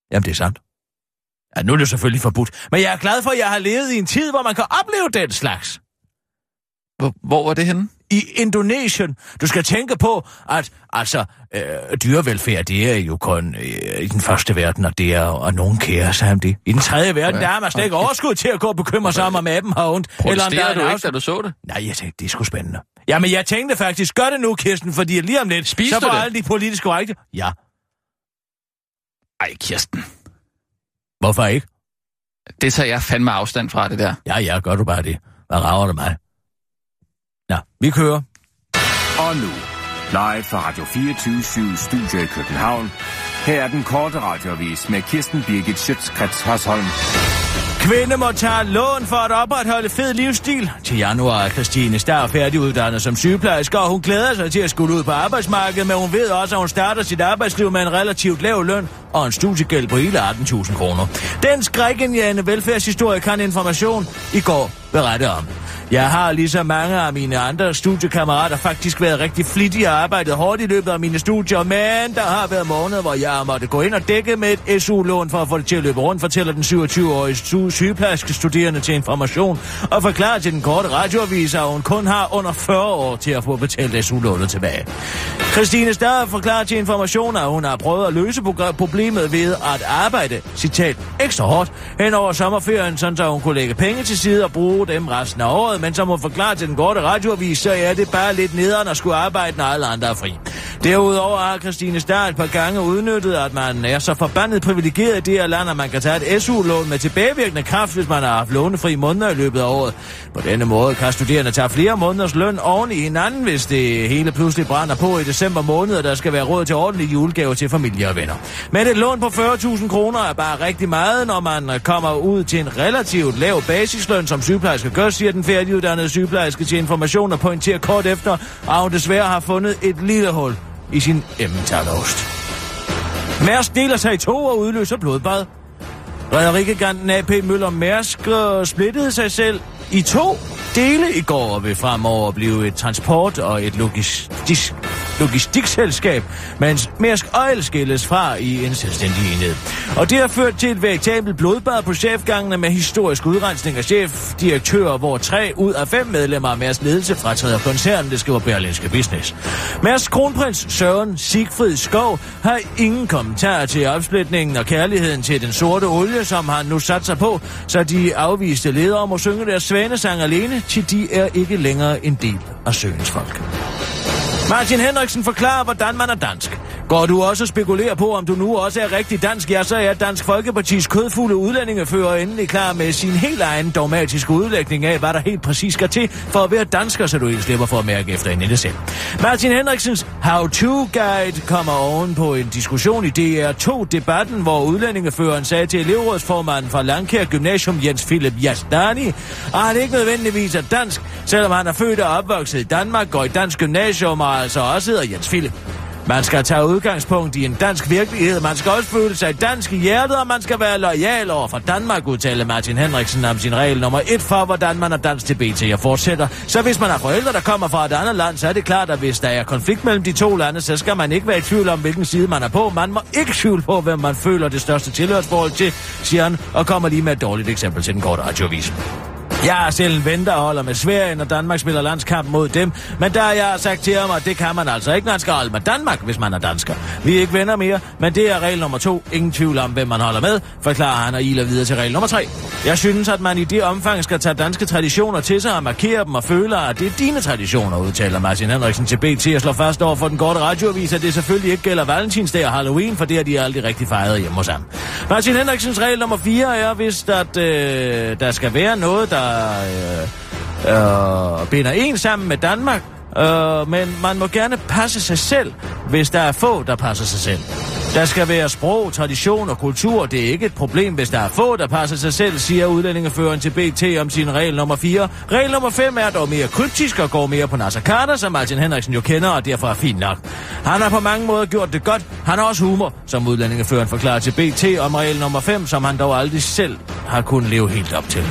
Jamen, det er sandt. Ja, nu er det selvfølgelig forbudt. Men jeg er glad for, at jeg har levet i en tid, hvor man kan opleve den slags. Hvor, hvor var det henne? I Indonesien. Du skal tænke på, at altså, øh, dyrevelfærd, det er jo kun øh, i den første verden, og det er, og nogen kærer sig om det. I den tredje verden, ja, der er man slet ikke overskud til at gå og bekymre sig om, om aben har ondt. Protesterer du ikke, da du så det? Nej, jeg tænkte, det er sgu spændende. Jamen, jeg tænkte faktisk, gør det nu, Kirsten, fordi lige om lidt, Spiser så får det? alle de politisk korrekte. Ja. Ej, Kirsten. Hvorfor ikke? Det tager jeg fandme afstand fra, det der. Ja, ja, gør du bare det. Hvad rager det mig? Nå, vi kører. Og nu, live fra Radio fireogtyve syv Studio i København. Her er den korte radioavis med Kirsten Birgit Schøtz-Krets Hørsholm. Kvinde må tage lån for at opretholde fed livsstil. Til januar er Christine Starr færdiguddannet som sygeplejerske, og hun glæder sig til at skulle ud på arbejdsmarkedet, men hun ved også, at hun starter sit arbejdsliv med en relativt lav løn og en studiegæld på hele atten tusind kroner. Den skrækindjagende velfærdshistorie kan Information i går berette om. Jeg har ligesom mange af mine andre studiekammerater faktisk været rigtig flittige og arbejdet hårdt i løbet af mine studier, men der har været måneder, hvor jeg måtte gå ind og dække med et S U-lån for at få det til at løbe rundt, fortæller den syvogtyve-årige sygeplejerske studerende til Information, og forklarer til den korte radioavis, at hun kun har under fyrre år til at få betalt S U-lånet tilbage. Christine Starr forklarer til Information, at hun har prøvet at løse problemet ved at arbejde, citat, ekstra hårdt hen over sommerferien, sådan så hun kunne lægge penge til side og bruge dem resten af året, men som hun forklarer til den korte radioavis, så er det bare lidt nederen at skulle arbejde, når alle andre er fri. Derudover har Christine Starr et par gange udnyttet, at man er så forbandet privilegeret i det her land, at man kan tage et S U-lån med tilbagevirkende kraft, hvis man har haft lånefri måneder i løbet af året. På denne måde kan studerende tage flere måneders løn oven i hinanden, hvis det hele pludselig brænder på i december måned, og der skal være råd til ordentlige julegaver til familie og venner. Men et lån på fyrre tusind kroner er bare rigtig meget, når man kommer ud til en relativt lav basisløn, som sygeplejerske gør, siger den færdiguddannede sygeplejerske til Information og pointerer kort efter, at hun desværre har fundet et lille hul i sin emmentalernost. Mærsk deler sig i to og udløser blodbad. Rederigiganten A P Møller Mærsk splittede sig selv i to dele i går og vil fremover blive et transport- og et logistik, logistikselskab, mens Mærsk Oil skilles fra i en selvstændig enhed. Og det har ført til et veritabelt blodbad på chefgangene med historisk udrensning af chefdirektører, hvor tre ud af fem medlemmer af Mærsk ledelse fratræder koncernen, det skriver Berlingske Business. Mærsk kronprins Søren Sigfrid Skov har ingen kommentar til opsplitningen og kærligheden til den sorte olie, som han nu satser på, så de afviste ledere må synge deres svanesang alene, til de er ikke længere en del af søens folk. Martin Henriksen forklarer, hvordan man er dansk. Går du også og spekulerer på, om du nu også er rigtig dansk, ja, så er Dansk Folkepartis kødfulde udlændingefører endelig klar med sin helt egen dogmatiske udlægning af, hvad der helt præcis skal til for at være dansker, så du ikke slipper for at mærke efter en i det selv. Martin Henriksens How-to-guide kommer oven på en diskussion i D R to-debatten, hvor udlændingeføreren sagde til elevrådsformanden fra Langkær Gymnasium, Jens Philip Jasdani, at han ikke nødvendigvis er dansk, selvom han er født og opvokset i Danmark, går i dansk gymnasium og altså også hedder Jens Philip. Man skal tage udgangspunkt i en dansk virkelighed. Man skal også føle sig dansk i hjertet, og man skal være loyal over for Danmark, udtaler Martin Henriksen om sin regel nummer et for, hvordan man er dansk til B T og fortsætter. Så hvis man har forældre, der kommer fra et andet land, så er det klart, at hvis der er konflikt mellem de to lande, så skal man ikke være i tvivl om, hvilken side man er på. Man må ikke tvivl på, hvem man føler det største tilhørsforhold til, siger han, og kommer lige med et dårligt eksempel til den korte radioavis. Jeg er selv en ven, der holder med Sverige, når Danmark spiller landskamp mod dem. Men der har jeg sagt til ham, at det kan man altså ikke, når man skal holde med Danmark, hvis man er dansker. Vi er ikke venner mere, men det er regel nummer to. Ingen tvivl om, hvem man holder med, forklarer han og iler videre til regel nummer tre. Jeg synes, at man i det omfang skal tage danske traditioner til sig og markere dem og føle, at det er dine traditioner, udtaler Martin Henriksen til B T og slår fast over for den korte radioavis, at det selvfølgelig ikke gælder valentinsdag og Halloween, for det har de aldrig rigtig fejret hjemme hos ham. Martin Henriksens regel nummer fire er vist, at øh, der skal være noget, der Øh, øh, binder en sammen med Danmark, øh, men man må gerne passe sig selv, hvis der er få, der passer sig selv. Der skal være sprog, tradition og kultur. Det er ikke et problem, hvis der er få, der passer sig selv, siger udlændingeføreren til B T om sin regel nummer fire. Regel nummer fem er dog mere kryptisk og går mere på Nasser Carter, som Martin Henriksen jo kender, og derfor er fint nok. Han har på mange måder gjort det godt. Han har også humor, som udlændingeføreren forklarer til B T om regel nummer fem, som han dog aldrig selv har kunnet leve helt op til.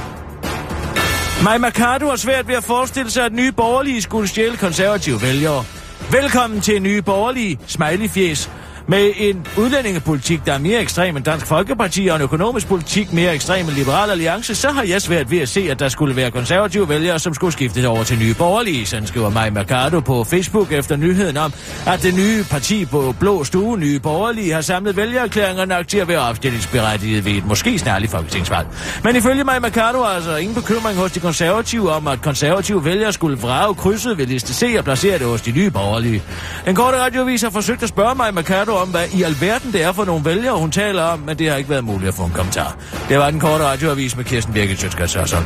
Mai Mercado har svært ved at forestille sig, at Nye Borgerlige skulle stjæle konservative vælgere. Velkommen til Nye Borgerlige, smileyfjes. Med en udlændingepolitik, der er mere ekstrem end Dansk Folkeparti, og en økonomisk politik mere ekstrem end Liberal Alliance, så har jeg svært ved at se, at der skulle være konservative vælgere, som skulle skiftes over til Nye Borgerlige. Sådan skriver Mai Mercado på Facebook efter nyheden om, at det nye parti på Blå Stue, Nye Borgerlige, har samlet vælgererklæringer nok til at være opstillingsberettiget ved et måske snarligt folketingsvalg. Men ifølge Mai Mercado er altså ingen bekymring hos de konservative om, at konservative vælgere skulle vrage krydset ved liste C og placere det hos de Nye Borgerlige. Den korte radioavis har forsøgt at spørge Mai Mercado om, hvad i alverden det er for nogle vælgere, hun taler om, men det har ikke været muligt at få en kommentar. Det var den korte radioavis med Kirsten Birgit Sjøtskreds Hørsholm.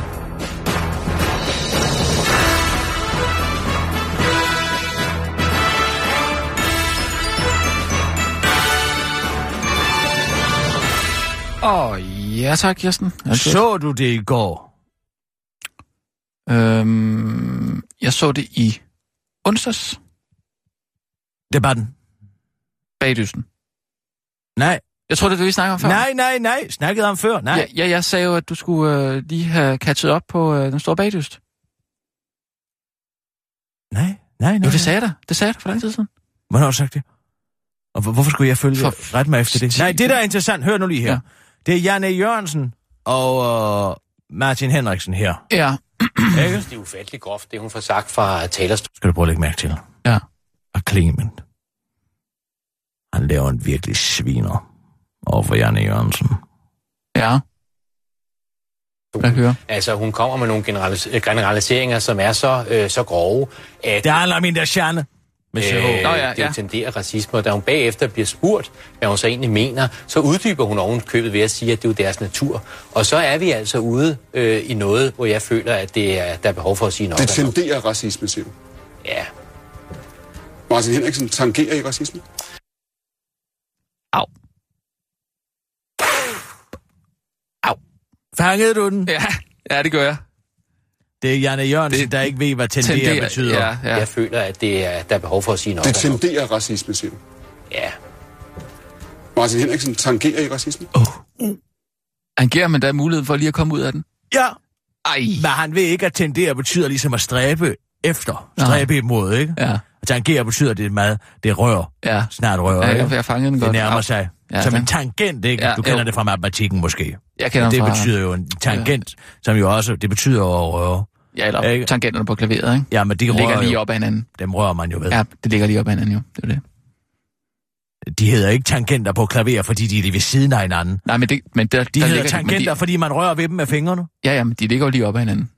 Åh, oh, ja tak, Kirsten. Okay. Så du det i går? Øhm, jeg så det i onsdags. Debatten? Bagdysten. Nej. Jeg tror det, det vi snakkede om før. Nej, nej, nej. Snakkede om før, nej. Ja, ja jeg sagde jo, at du skulle øh, lige have catchet op på øh, den store bagdyst. Nej, nej, nej. Jo, det sagde jeg da. Det sagde jeg da for lang tid siden. Hvornår har du sagt det? Og hvorfor skulle jeg følge for... ret mig efter det? Nej, det der er interessant, hør nu lige her. Ja. Det er Janne Jørgensen og uh, Martin Henriksen her. Ja. Det er ufatteligt groft, det hun får sagt fra talerstolen. Skal du prøve at lægge mærke til? Ja. Og Clement. Han laver en virkelig sviner overfor Janne Jørgensen. Ja. Jeg hører. Altså, hun kommer med nogle generalis- generaliseringer, som er så, øh, så grove, at... Det handler om en der stjerne. Øh, Nå, ja, det ja. tenderer racisme, og da hun bagefter bliver spurgt, hvad hun så egentlig mener, så uddyber hun oven købet ved at sige, at det er jo deres natur. Og så er vi altså ude øh, i noget, hvor jeg føler, at det er, der er behov for at sige noget. Det tenderer racisme, siger du? Ja. Martin Henriksen, tangerer I racisme? Au. Au. Fangede du den? Ja, ja det gør jeg. Det er Janne Jørgensen, det, der ikke ved, hvad tenderer, tenderer betyder. Ja, ja. Jeg føler, at det er, der er behov for at sige noget. Det tenderer racisme, siger du? Ja. Martin Henriksen, tangerer I racisme? Oh. Han giver man da mulighed for lige at komme ud af den? Ja. Ej. Men han ved ikke, at tendere betyder ligesom at stræbe efter. Stræbe ja. imod, ikke? Ja. Tangere betyder, det er mad, det rør. Ja. Snart rør, ja, ikke? Jeg fangede den godt. Det nærmer ja. sig. Ja, som den. en tangent, ikke? Ja, du kender jo. det fra matematikken måske. Jeg kender det fra... betyder jo en tangent, ja. som jo også, det betyder at røre. Ja, eller ikke? Tangenterne på klaveret, ikke? Ja, men de det rører ligger lige jo. op ad hinanden. Dem rører man jo ved. Ja, det ligger lige op ad hinanden jo, det er det. De hedder ikke tangenter på klaver, fordi de er lige ved siden af hinanden. Nej, men, det, men der, de der hedder ligger, tangenter, de... fordi man rører ved dem med fingrene. Ja, ja, men de ligger jo lige op ad hinanden.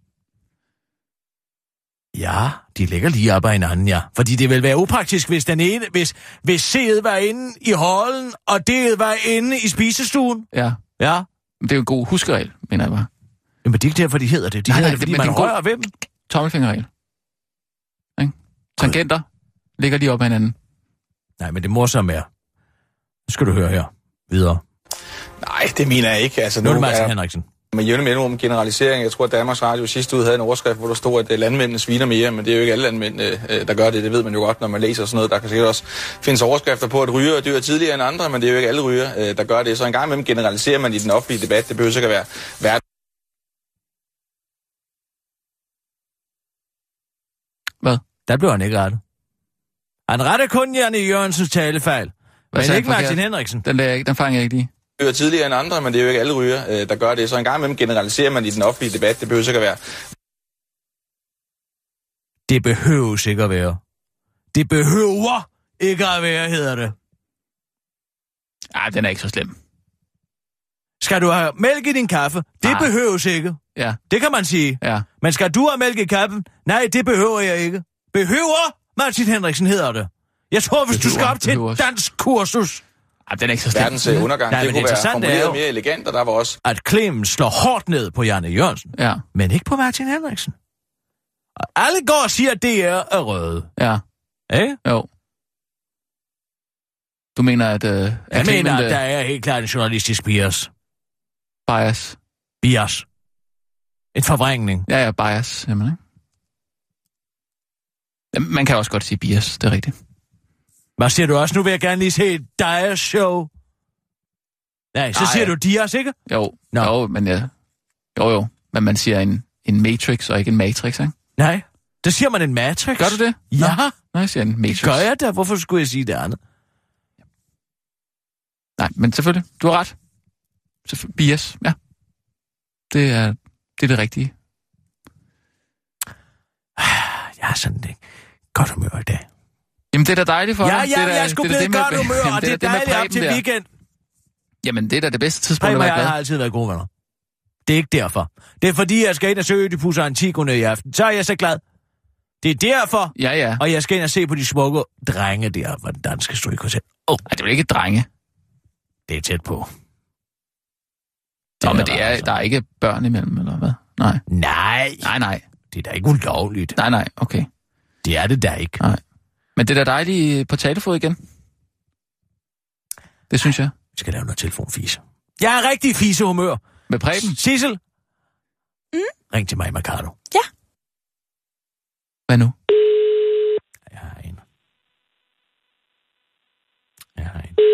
Ja, de ligger lige op ad hinanden, ja. Fordi det vil være upraktisk, hvis den ene, hvis, hvis C'et var inde i hallen, og D'et var inde i spisestuen. Ja. Ja. Det er jo en god huskeregel, mener jeg bare. Jamen, det er ikke derfor, de hedder det. De nej, hedder nej, det, fordi man rører ved dem. Tommelfingerregel. Ikke? Tangenter ligger lige op ad hinanden. Nej, men det morsomme er. Nu skal du høre her. Videre. Nej, det mener jeg ikke. Altså, nu er det Martin Henriksen. Med jævne mellemrum generalisering. Jeg tror, at Danmarks Radio sidste ude havde en overskrift, hvor der stod, at landmændene sviner mere, men det er jo ikke alle landmændene, der gør det. Det ved man jo godt, når man læser sådan noget. Der kan sikkert også findes overskrifter på, at ryger dør tidligere end andre, men det er jo ikke alle ryger, der gør det. Så en gang imellem generaliserer man i den offentlige debat. Det behøver ikke at være værd. Hvad? Der blev han ikke rettet. Han retter kun Janne Jørgensens talefejl, men ikke Martin Henriksen. Den, der, den fanger jeg ikke lige. Ryger tidligere end andre, men det er jo ikke alle ryger, der gør det. Så en gang imellem generaliserer man i den offentlige debat. Det behøver ikke at være. Det behøver ikke at være. Det behøver ikke at være, hedder det. Ej, den er ikke så slem. Skal du have mælk i din kaffe? Det Ej. behøves ikke. Ja. Det kan man sige. Ja. Men skal du have mælk i kaffen? Nej, det behøver jeg ikke. Behøver? Martin Henriksen hedder det. Jeg tror, hvis behøver, du skal op til et dansk kursus. Ej, den er ikke så slem. Verdens undergang, Nej, det kunne være formuleret mere elegant, og der var også... At Clement slår hårdt ned på Janne Jørgensen, ja. men ikke på Martin Henriksen. Og alle går og siger, at det er er røde. Ja. Ikke? Jo. Du mener, at... Øh, jeg at mener, Clement, at der er helt klart en journalistisk bias. Bias. Bias. En forvrængning. Ja, ja, bias, jamen, ikke? Man kan også godt sige bias, det er rigtigt. Hvad siger du også? Nu vil jeg gerne lige se et Dias-show. Nej, så Ej. siger du Dias, ikke? Jo, no. jo, men ja. Jo, jo. Men man siger en, en Matrix og ikke en Matrix, ikke? Nej, det siger man en Matrix. Gør du det? Ja. Nå, jeg siger en Matrix. Gør jeg det? Hvorfor skulle jeg sige det andet? Nej, men selvfølgelig. Du har ret. Selvfø- bias, ja. Det er, det er det rigtige. Jeg er sådan det godt humør i dag. Jamen, det er da dejligt for ja, dig. Ja, det er, jeg skulle blive godt humør, jamen, og det er, det er dejligt op til der. Weekend. Jamen, det er da det bedste tidspunkt Preben at være glad. Jeg har altid været gode venner. Det er ikke derfor. Det er fordi, jeg skal ind og søge de pusser Antigone i aften. Så er jeg så glad. Det er derfor. Ja, ja. Og jeg skal ind og se på de smukke drenge der fra den danske strykhotel. Åh, oh. det er jo ikke drenge. Det er tæt på. Nå, men det er, altså. Der er ikke børn imellem, eller hvad? Nej. Nej. Nej, nej. Det er da ikke ulovligt. Nej, nej, okay. Det er det da ikke. Nej. Men det er da dejligt på talefod igen. Det synes jeg. Vi skal lave noget telefonfise. Jeg er rigtig fisehumør. Med Preben? Sissel? Mm? Ring til mig, Mercado. Ja. Hvad nu? Jeg har en. Jeg har en.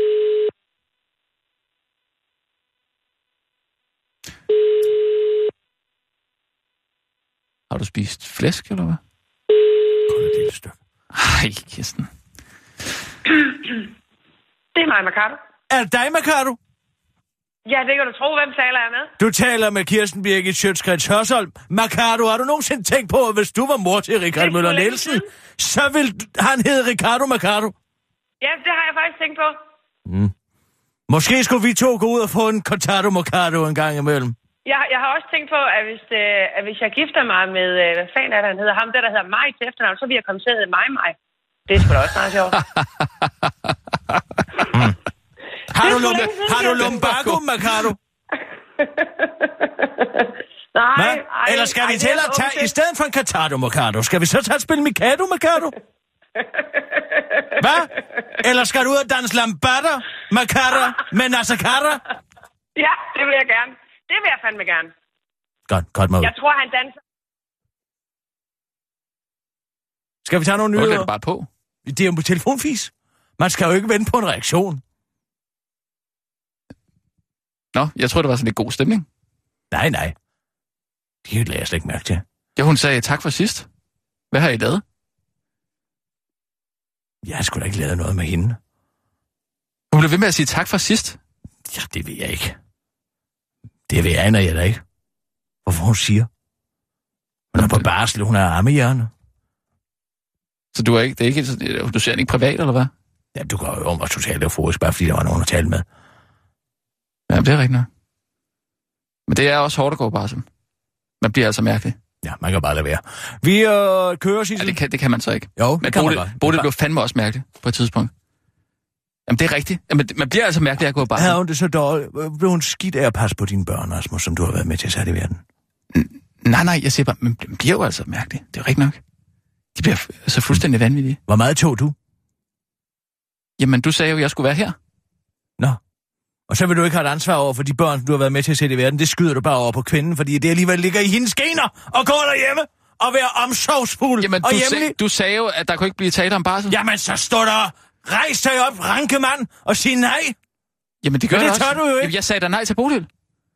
Har du spist flæsk, eller hvad? Kun et lille stykke. Ej, Kirsten. Det er mig, Mercado. Er det dig, Mercado? Ja, det kan du tro. Hvem taler jeg med? Du taler med Kirsten Birgit Schøtz-Krets Hørsholm. Mercado, har du nogensinde tænkt på, at hvis du var mor til Richard Møller Nielsen, så ville han hedde Ricardo Mercado? Ja, det har jeg faktisk tænkt på. Mm. Måske skulle vi to gå ud og få en Cortado Mercado en gang imellem. Jeg, jeg har også tænkt på, at hvis, øh, at hvis jeg gifter mig med, øh, hvad fanden er der, han hedder ham, der der hedder Maj til efternavn, så vil jeg komme til at hedde Maj Maj. Det er sgu da også meget sjovt. mm. Har du, lum- har du lumbago, Mercado? Nej, Hva? ej, Eller skal ej, vi til at tage, i stedet for en Cortado Mercado, skal vi så tage et spil Mikado Mercado? Hvad? Eller skal du ud og danse lambada, Mercado, med Nasakara? Ja, det vil jeg gerne. Det vil jeg fandme gerne. Godt, godt måde. Jeg tror, han danser. Skal vi tage nogle nyheder? Hvor det bare på? Det er jo på telefonfis. Man skal jo ikke vente på en reaktion. Nå, jeg tror det var sådan en god stemning. Nej, nej. Det lagde jeg slet ikke mærke til. Ja, hun sagde tak for sidst. Hvad har I lavet? Jeg har sgu da ikke lavet noget med hende. Hun blev ved med at sige tak for sidst. Ja, det ved jeg ikke. Det ved jeg, jeg da ikke. Hvorfor hun siger? Hun er på barsel, hun er armehjerne. Så du er ikke, det er ikke, du ser den ikke privat, eller hvad? Ja, du går jo om og totalt euforisk, bare fordi der var nogen at tale med. Ja, det er rigtigt nok. Men det er også hårdt at gå barsel. Man bliver altså mærkelig. Ja, man kan bare lade være. Vi øh, kører, Sissel. Ja, det kan, det kan man så ikke. Jo, men Bodil, Bodil blev fandme også mærkelig på et tidspunkt. Jamen, det er rigtigt. Jamen, man bliver altså mærkelig at gå barsel. Havde hun det så dårligt? Blev hun skidt af at passe på dine børn, Rasmus, som du har været med til at sætte i verden? N- nej, nej, jeg siger bare, man bliver jo altså mærkelig. Det er rigtigt nok. De bliver så altså fuldstændig vanvittige. Hvor meget tog du? Jamen, du sagde jo, at jeg skulle være her. Nå. Og så vil du ikke have et ansvar over for de børn, du har været med til at sætte i verden. Det skyder du bare over på kvinden, fordi det alligevel ligger i hendes gener og går derhjemme og være omsorgsfuld Jamen, og du hjemlig. Sag, du sagde jo, at der kunne ikke blive tale om barsel. Jamen, så stå der. Rejs dig op, ranke mand, og sig nej. Jamen, det gør det jeg også. tør du jo ikke. Jamen, jeg sagde da nej til Bodil.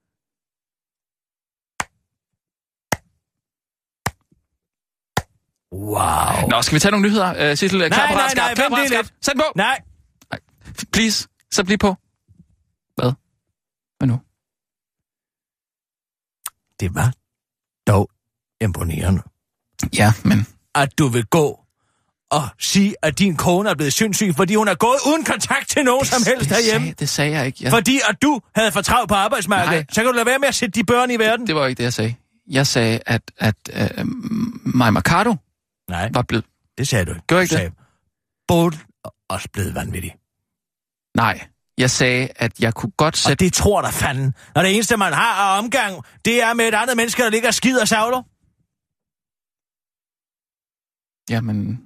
Wow. Nå, skal vi tage nogle nyheder? Uh, Sissel, klar nej, på nej, nej, klar på nej, Sæt på. Nej. nej. Please, så bliv på. Hvad? Hvad nu? Det var dog imponerende. Ja, men... At du vil gå og sige, at din kone er blevet sindssyg, fordi hun er gået uden kontakt til nogen det, som helst det derhjemme. Sagde, det sagde jeg ikke, ja. Fordi at du havde for travlt på arbejdsmarkedet. Nej. Så kan du lade være med at sætte de børn i verden. Det var ikke det, jeg sagde. Jeg sagde, at, at uh, Maj Mercado Nej, var blevet... det sagde du ikke. Gør ikke det? Bodil er også blevet vanvittig. Nej, jeg sagde, at jeg kunne godt sætte... Og det tror der fanden. Når det eneste, man har af omgang, det er med et andet menneske, der ligger og skider og savler. Jamen...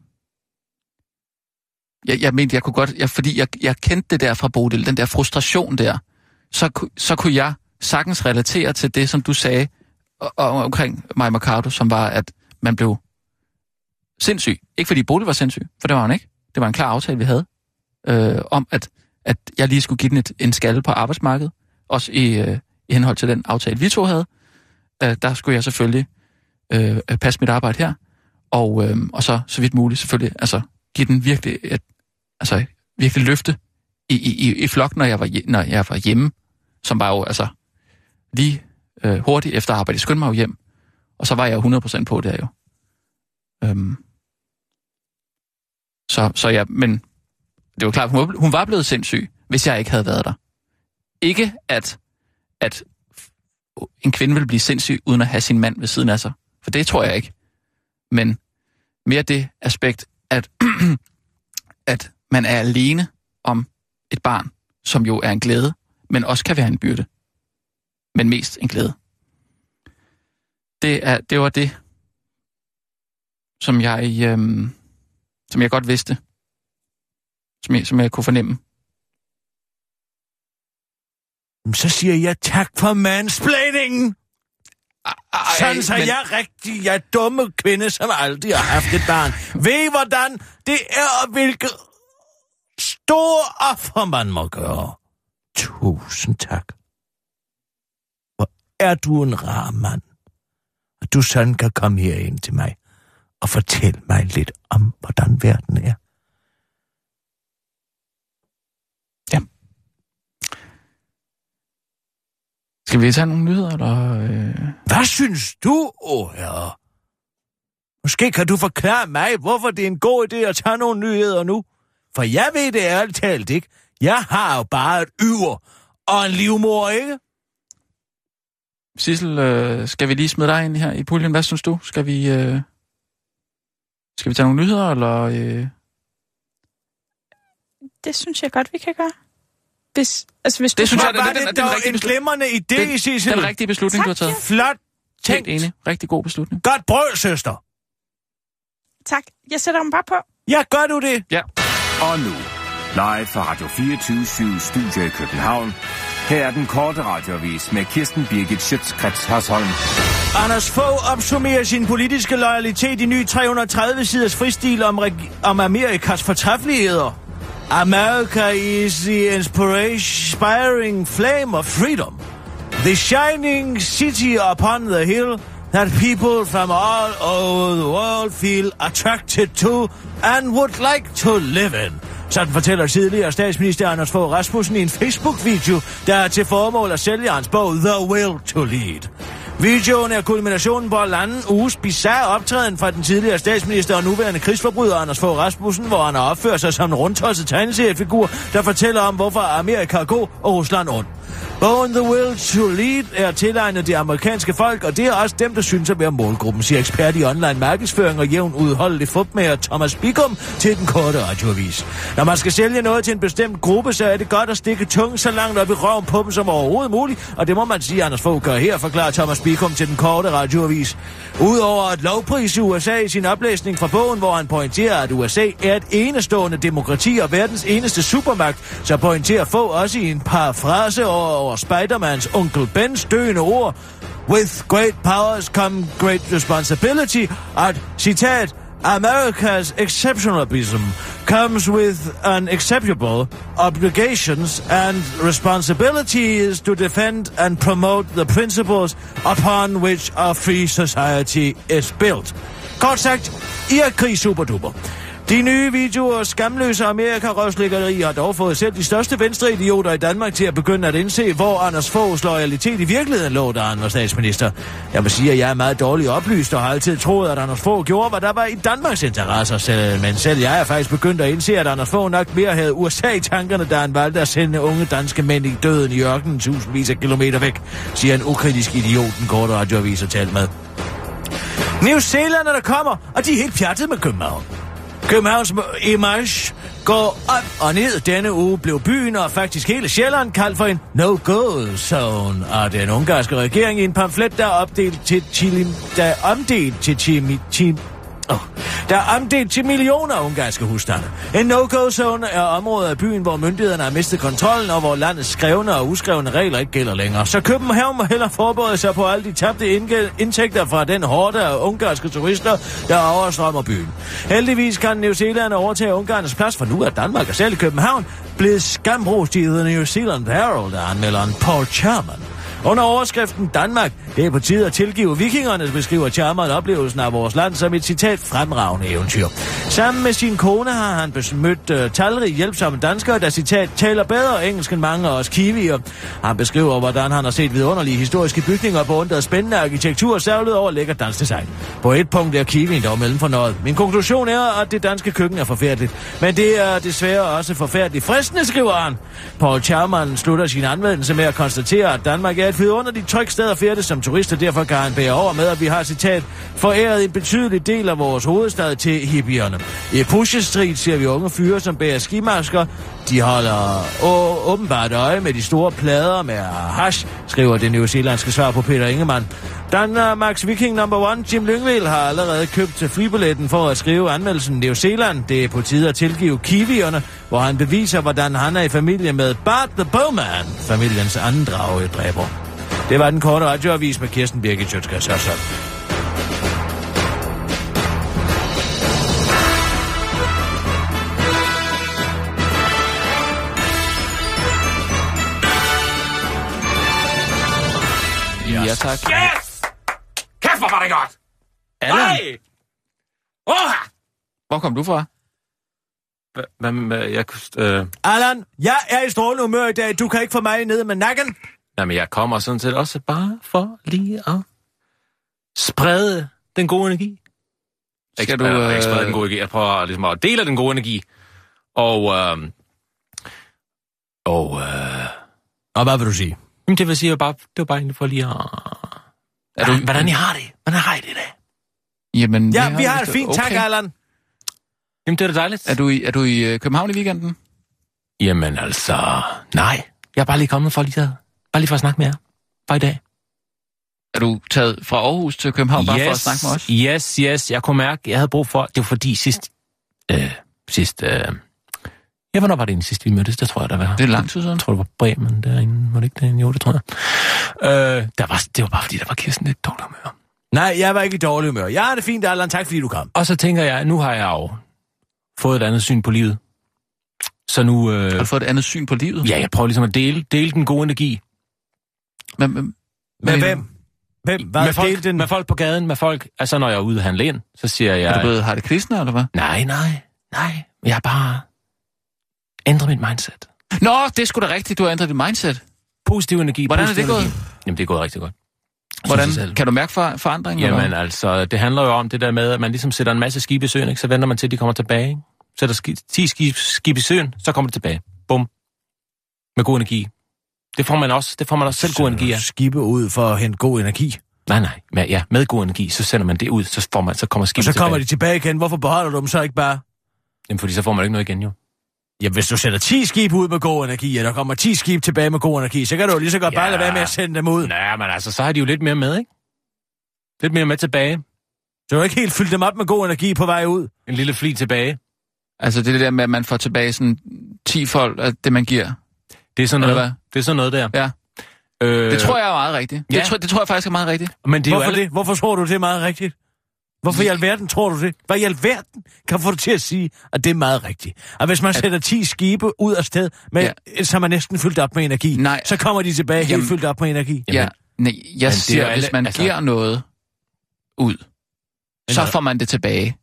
Jeg, jeg mente, jeg kunne godt... Jeg, fordi jeg, jeg kendte det der fra Bodil, den der frustration der, så, så kunne jeg sagtens relatere til det, som du sagde og, og, omkring Maj Mercado, som var, at man blev sindssyg. Ikke fordi Bodil var sindssyg, for det var hun ikke. Det var en klar aftale, vi havde, øh, om at, at jeg lige skulle give den et, en skalle på arbejdsmarkedet, også i, øh, i henhold til den aftale, vi to havde. Øh, der skulle jeg selvfølgelig øh, passe mit arbejde her, og, øh, og så, så vidt muligt selvfølgelig, altså give den virkelig et, altså virkelig løfte i, i, i flok, når jeg, var, når jeg var hjemme, som var jo altså lige øh, hurtigt efter arbejde. Jeg skyndte mig jo hjem, og så var jeg hundrede procent på der jo. Øhm. Så, så ja, men det var klart, hun var, hun var blevet sindssyg, hvis jeg ikke havde været der. Ikke at, at en kvinde vil blive sindssyg, uden at have sin mand ved siden af sig. For det tror jeg ikke. Men mere det aspekt, at, at man er alene om et barn, som jo er en glæde, men også kan være en byrde. Men mest en glæde. Det, er, det var det, som jeg, øhm, som jeg godt vidste. Som jeg, som jeg kunne fornemme. Så siger jeg tak for mansplainingen. Sådan så men... jeg rigtig, jeg er dumme kvinde, som aldrig har haft et barn. Ved I, hvordan det er, og hvilke store offer man må gøre? Tusind tak. Hvor er du en rar mand, at du sådan kan komme herind til mig og fortælle mig lidt om, hvordan verden er. Ja. Skal vi tage nogle nyheder, eller... Øh... Hvad synes du, åh herre? Måske kan du forklare mig, hvorfor det er en god idé at tage nogle nyheder nu? For jeg ved det ærligt talt ikke. Jeg har jo bare et yver og en livmor, ikke? Sissel, øh, skal vi lige smide dig ind her i puljen? Hvad synes du? Skal vi, øh... skal vi tage nogle nyheder, eller... Øh... Det synes jeg godt, vi kan gøre. Hvis, altså, hvis det du synes var, jeg, det, var det, det den, dog den, en glimrende idé, Sissel? Den rigtige beslutning, tak, du har taget. Ja. Flot tænkt. Helt enig. Rigtig god beslutning. Godt brød, søster. Tak. Jeg sætter dem bare på. Ja, gør du det? Ja. Og nu, live fra Radio fireogtyve syv Studio i København. Her er den korte radioavis med Kirsten Birgit Schøtz-Krets Hørsholm. Anders Fogh opsummerer sin politiske loyalitet i ny tre hundrede og tredive siders fristil om, om Amerikas fortræffeligheder. America is the inspiring flame of freedom. The shining city upon the hill that people from all over the world feel attracted to and would like to live in. Sådan fortæller tidligere statsminister Anders Fogh Rasmussen i en Facebook-video, der er til formål at sælge hans bog The Will to Lead. Videoen er kulminationen på en anden uges bizarre optræden fra den tidligere statsminister og nuværende krigsforbryder Anders Fogh Rasmussen, hvor han har opført sig som en rundtosset tegneseriefigur, der fortæller om, hvorfor Amerika er god og Rusland ond. Bogen The Will to Lead er tilegnet det amerikanske folk, og det er også dem, der synes at være målgruppen, siger ekspert i online markedsføring og jævn udholdelig fupmager Thomas Bicum til den korte radioavis. Når man skal sælge noget til en bestemt gruppe, så er det godt at stikke tungen så langt op i røven på dem som overhovedet muligt, og det må man sige, Anders Fogh gør her, forklarer Thomas Bicum til den korte radioavis. Udover at lovprise U S A i sin oplæsning fra bogen, hvor han pointerer, at U S A er et enestående demokrati og verdens eneste supermagt, så pointerer Fogh også i en parafrase over, over Spider-Mans onkel Bens døende ord, "With great powers come great responsibility", at, citat, "America's exceptionalism comes with unacceptable obligations and responsibilities to defend and promote the principles upon which our free society is built." Kort sagt, I er krig superduper. De nye videoer skamløse Amerika-røvslikkeri har dog fået selv de største venstreidioter i Danmark til at begynde at indse, hvor Anders Foghs loyalitet i virkeligheden lå, da han var statsminister. Jeg må sige, at jeg er meget dårligt oplyst og har altid troet, at Anders Fogh gjorde, hvad der var i Danmarks interesser selv. Men selv jeg er faktisk begyndt at indse, at Anders Fogh nok mere havde U S A i tankerne, da han valgte at sende unge danske mænd i døden i ørkenen tusindvis af kilometer væk, siger en ukritisk idiot, den korte radioavis har talt med. New Zealand er der kommer, og de er helt pjattet med København. Københavns image går op og ned. Denne uge blev byen og faktisk hele Sjælland kaldt for en no-go-zone af den ungarske regering i en pamflet, der er opdelt til Chile, der er omdelt til Chile, Chile, oh, der er omdelt til millioner af ungarske husstande. En no-go-zone er området af byen, hvor myndighederne har mistet kontrollen, og hvor landets skrevne og uskrevne regler ikke gælder længere. Så København må hellere forberede sig på alle de tabte indtægter fra den hårde af ungarske turister, der overstrømmer byen. Heldigvis kan New Zealand overtage Ungarns plads, for nu er Danmark og selv København blevet skamrost i The New Zealand Herald af anmelderen Paul Sherman. Under overskriften Danmark, det er på tide at tilgive vikingerne, beskriver Charmeren oplevelsen af vores land som et citat fremragende eventyr. Sammen med sin kone har han mødt uh, talrige hjælpsomme danskere, der citat taler bedre engelsk end mange af os kiwier. Han beskriver, hvordan han har set vidunderlige historiske bygninger, beundret spændende arkitektur og savlet over lækker dansk design. På et punkt er kiwien dog mellemfornøjet. Min konklusion er, at det danske køkken er forfærdeligt, men det er desværre også forfærdeligt fristende, skriver han. Paul Charman slutter sin anmeldelse med at konstatere, at Danmark er et vidunderligt trygt sted at færdes som turister, derfor kan han bære over med, at vi har citat foræret en betydelig del af vores hovedstad til hippierne. I Pusher Street ser vi unge fyre, som bærer skimasker. De holder å- åbenbart øje med de store plader med hash, skriver det newzealandske svar på Peter Ingemann. Dan Max Viking number one, Jim Lyngvild, har allerede købt fribilletten for at skrive anmeldelsen New Zealand. Det er på tide at tilgive kiwierne, hvor han beviser, hvordan han er i familie med Bart the Bowman, familiens anden dragedræber. Det var den korte radioavis med Kirsten Birgit Schøtzgrads Hørsholm. Ja, tak. Yes! Kæft, hvor var det godt! Allan! Hey! Oha! Hvor kom du fra? Hvad med, jeg øh... Allan, jeg er i strålende humør i dag. Du kan ikke få mig ned med nakken. Jamen, jeg kommer sådan set også bare for lige at sprede den gode energi. Ikke kan du... Jeg, øh... jeg ikke sprede den gode energi. Jeg prøver ligesom at dele den gode energi. Og, øh... Og, øh... Og hvad vil du sige? Jamen, det vil sige, at bare, det var bare egentlig for lige at... Er du... Hvordan I har det? Hvordan har I det i dag? Jamen, ja, vi har, vi har det fint. Okay. Tak, Allan. Jamen, det er da dejligt. Er du i, er du i København i weekenden? Jamen, altså... Nej. Jeg er bare lige kommet for lige at, bare lige for at snakke med jer. Bare i dag. Er du taget fra Aarhus til København bare yes, for at snakke med os? Yes, yes. Jeg kunne mærke, jeg havde brug for... Det var fordi sidst... Øh, sidst... Øh, ja, hvornår var det egentlig sidst, vi mødtes? Det tror jeg, der var. Det er lang tid siden. Jeg tror, det var Bremen derinde. Var det ikke derinde? Jo, det tror jeg. Øh, der var, det var bare fordi, der var Kirsten lidt dårlig humør. Nej, jeg var ikke i dårlig humør. Jeg har det fint, Allan. Tak, fordi du kom. Og så tænker jeg, nu har jeg jo fået et andet syn på livet. Så nu... Øh, har du fået et andet syn på livet? Ja, jeg prøver ligesom at dele, dele den gode energi. Men, men, med hvem? Hvem? Hvad med, folk, den? med folk på gaden, med folk... Altså, når jeg er ude og handle ind, så siger jeg... Er du blevet Hare Krishna, eller hvad? Nej, nej, nej. Jeg har bare ændret mit mindset. Nå, det er sgu da rigtigt, du har ændret dit mindset. Positiv energi. Hvordan er det gået? Energi. Jamen, det er gået rigtig godt. Hvordan? Kan du mærke for, forandringen? Jamen, eller? altså, det handler jo om det der med, at man ligesom sætter en masse skibe i søen, ikke? Så venter man til, at de kommer tilbage, ikke? Sætter ski- ti skib, skib i søen, så kommer det tilbage. Bum. Med god energi. Det får man også, det får man også selv god energi af. Skibe ud for at hente god energi? Nej, nej. Med, ja, med god energi, så sender man det ud, så, får man, så kommer skibet tilbage. Og så kommer tilbage. de tilbage igen. Hvorfor beholder du dem så ikke bare? Jamen, fordi så får man ikke noget igen, jo. Jamen, hvis du sætter ti skib ud med god energi, og der kommer ti skib tilbage med god energi, så kan du jo lige så godt ja. bare lade være med at sende dem ud. Nej, men altså, så har de jo lidt mere med, ikke? Lidt mere med tilbage. Så du har ikke helt fyldt dem op med god energi på vej ud? En lille fli tilbage. Altså, det er det der med, at man får tilbage sådan ti fold af det, man giver. Det er sådan noget, det er sådan noget der. Ja. Øh... Det tror jeg er meget rigtigt. Ja. Det, tror, det tror jeg faktisk er meget rigtigt. Men det er Hvorfor alle... det? Hvorfor tror du, det er meget rigtigt? Hvorfor i alverden tror du det? Hvad i alverden kan få dig til at sige, at det er meget rigtigt? Og hvis man at... sætter ti skibe ud af sted, med, ja. så er man næsten fyldt op med energi, Nej. så kommer de tilbage Jamen... helt fyldt op med energi. Ja, nej, jeg Men siger, alle... hvis man altså... giver noget ud, så noget. får man det tilbage.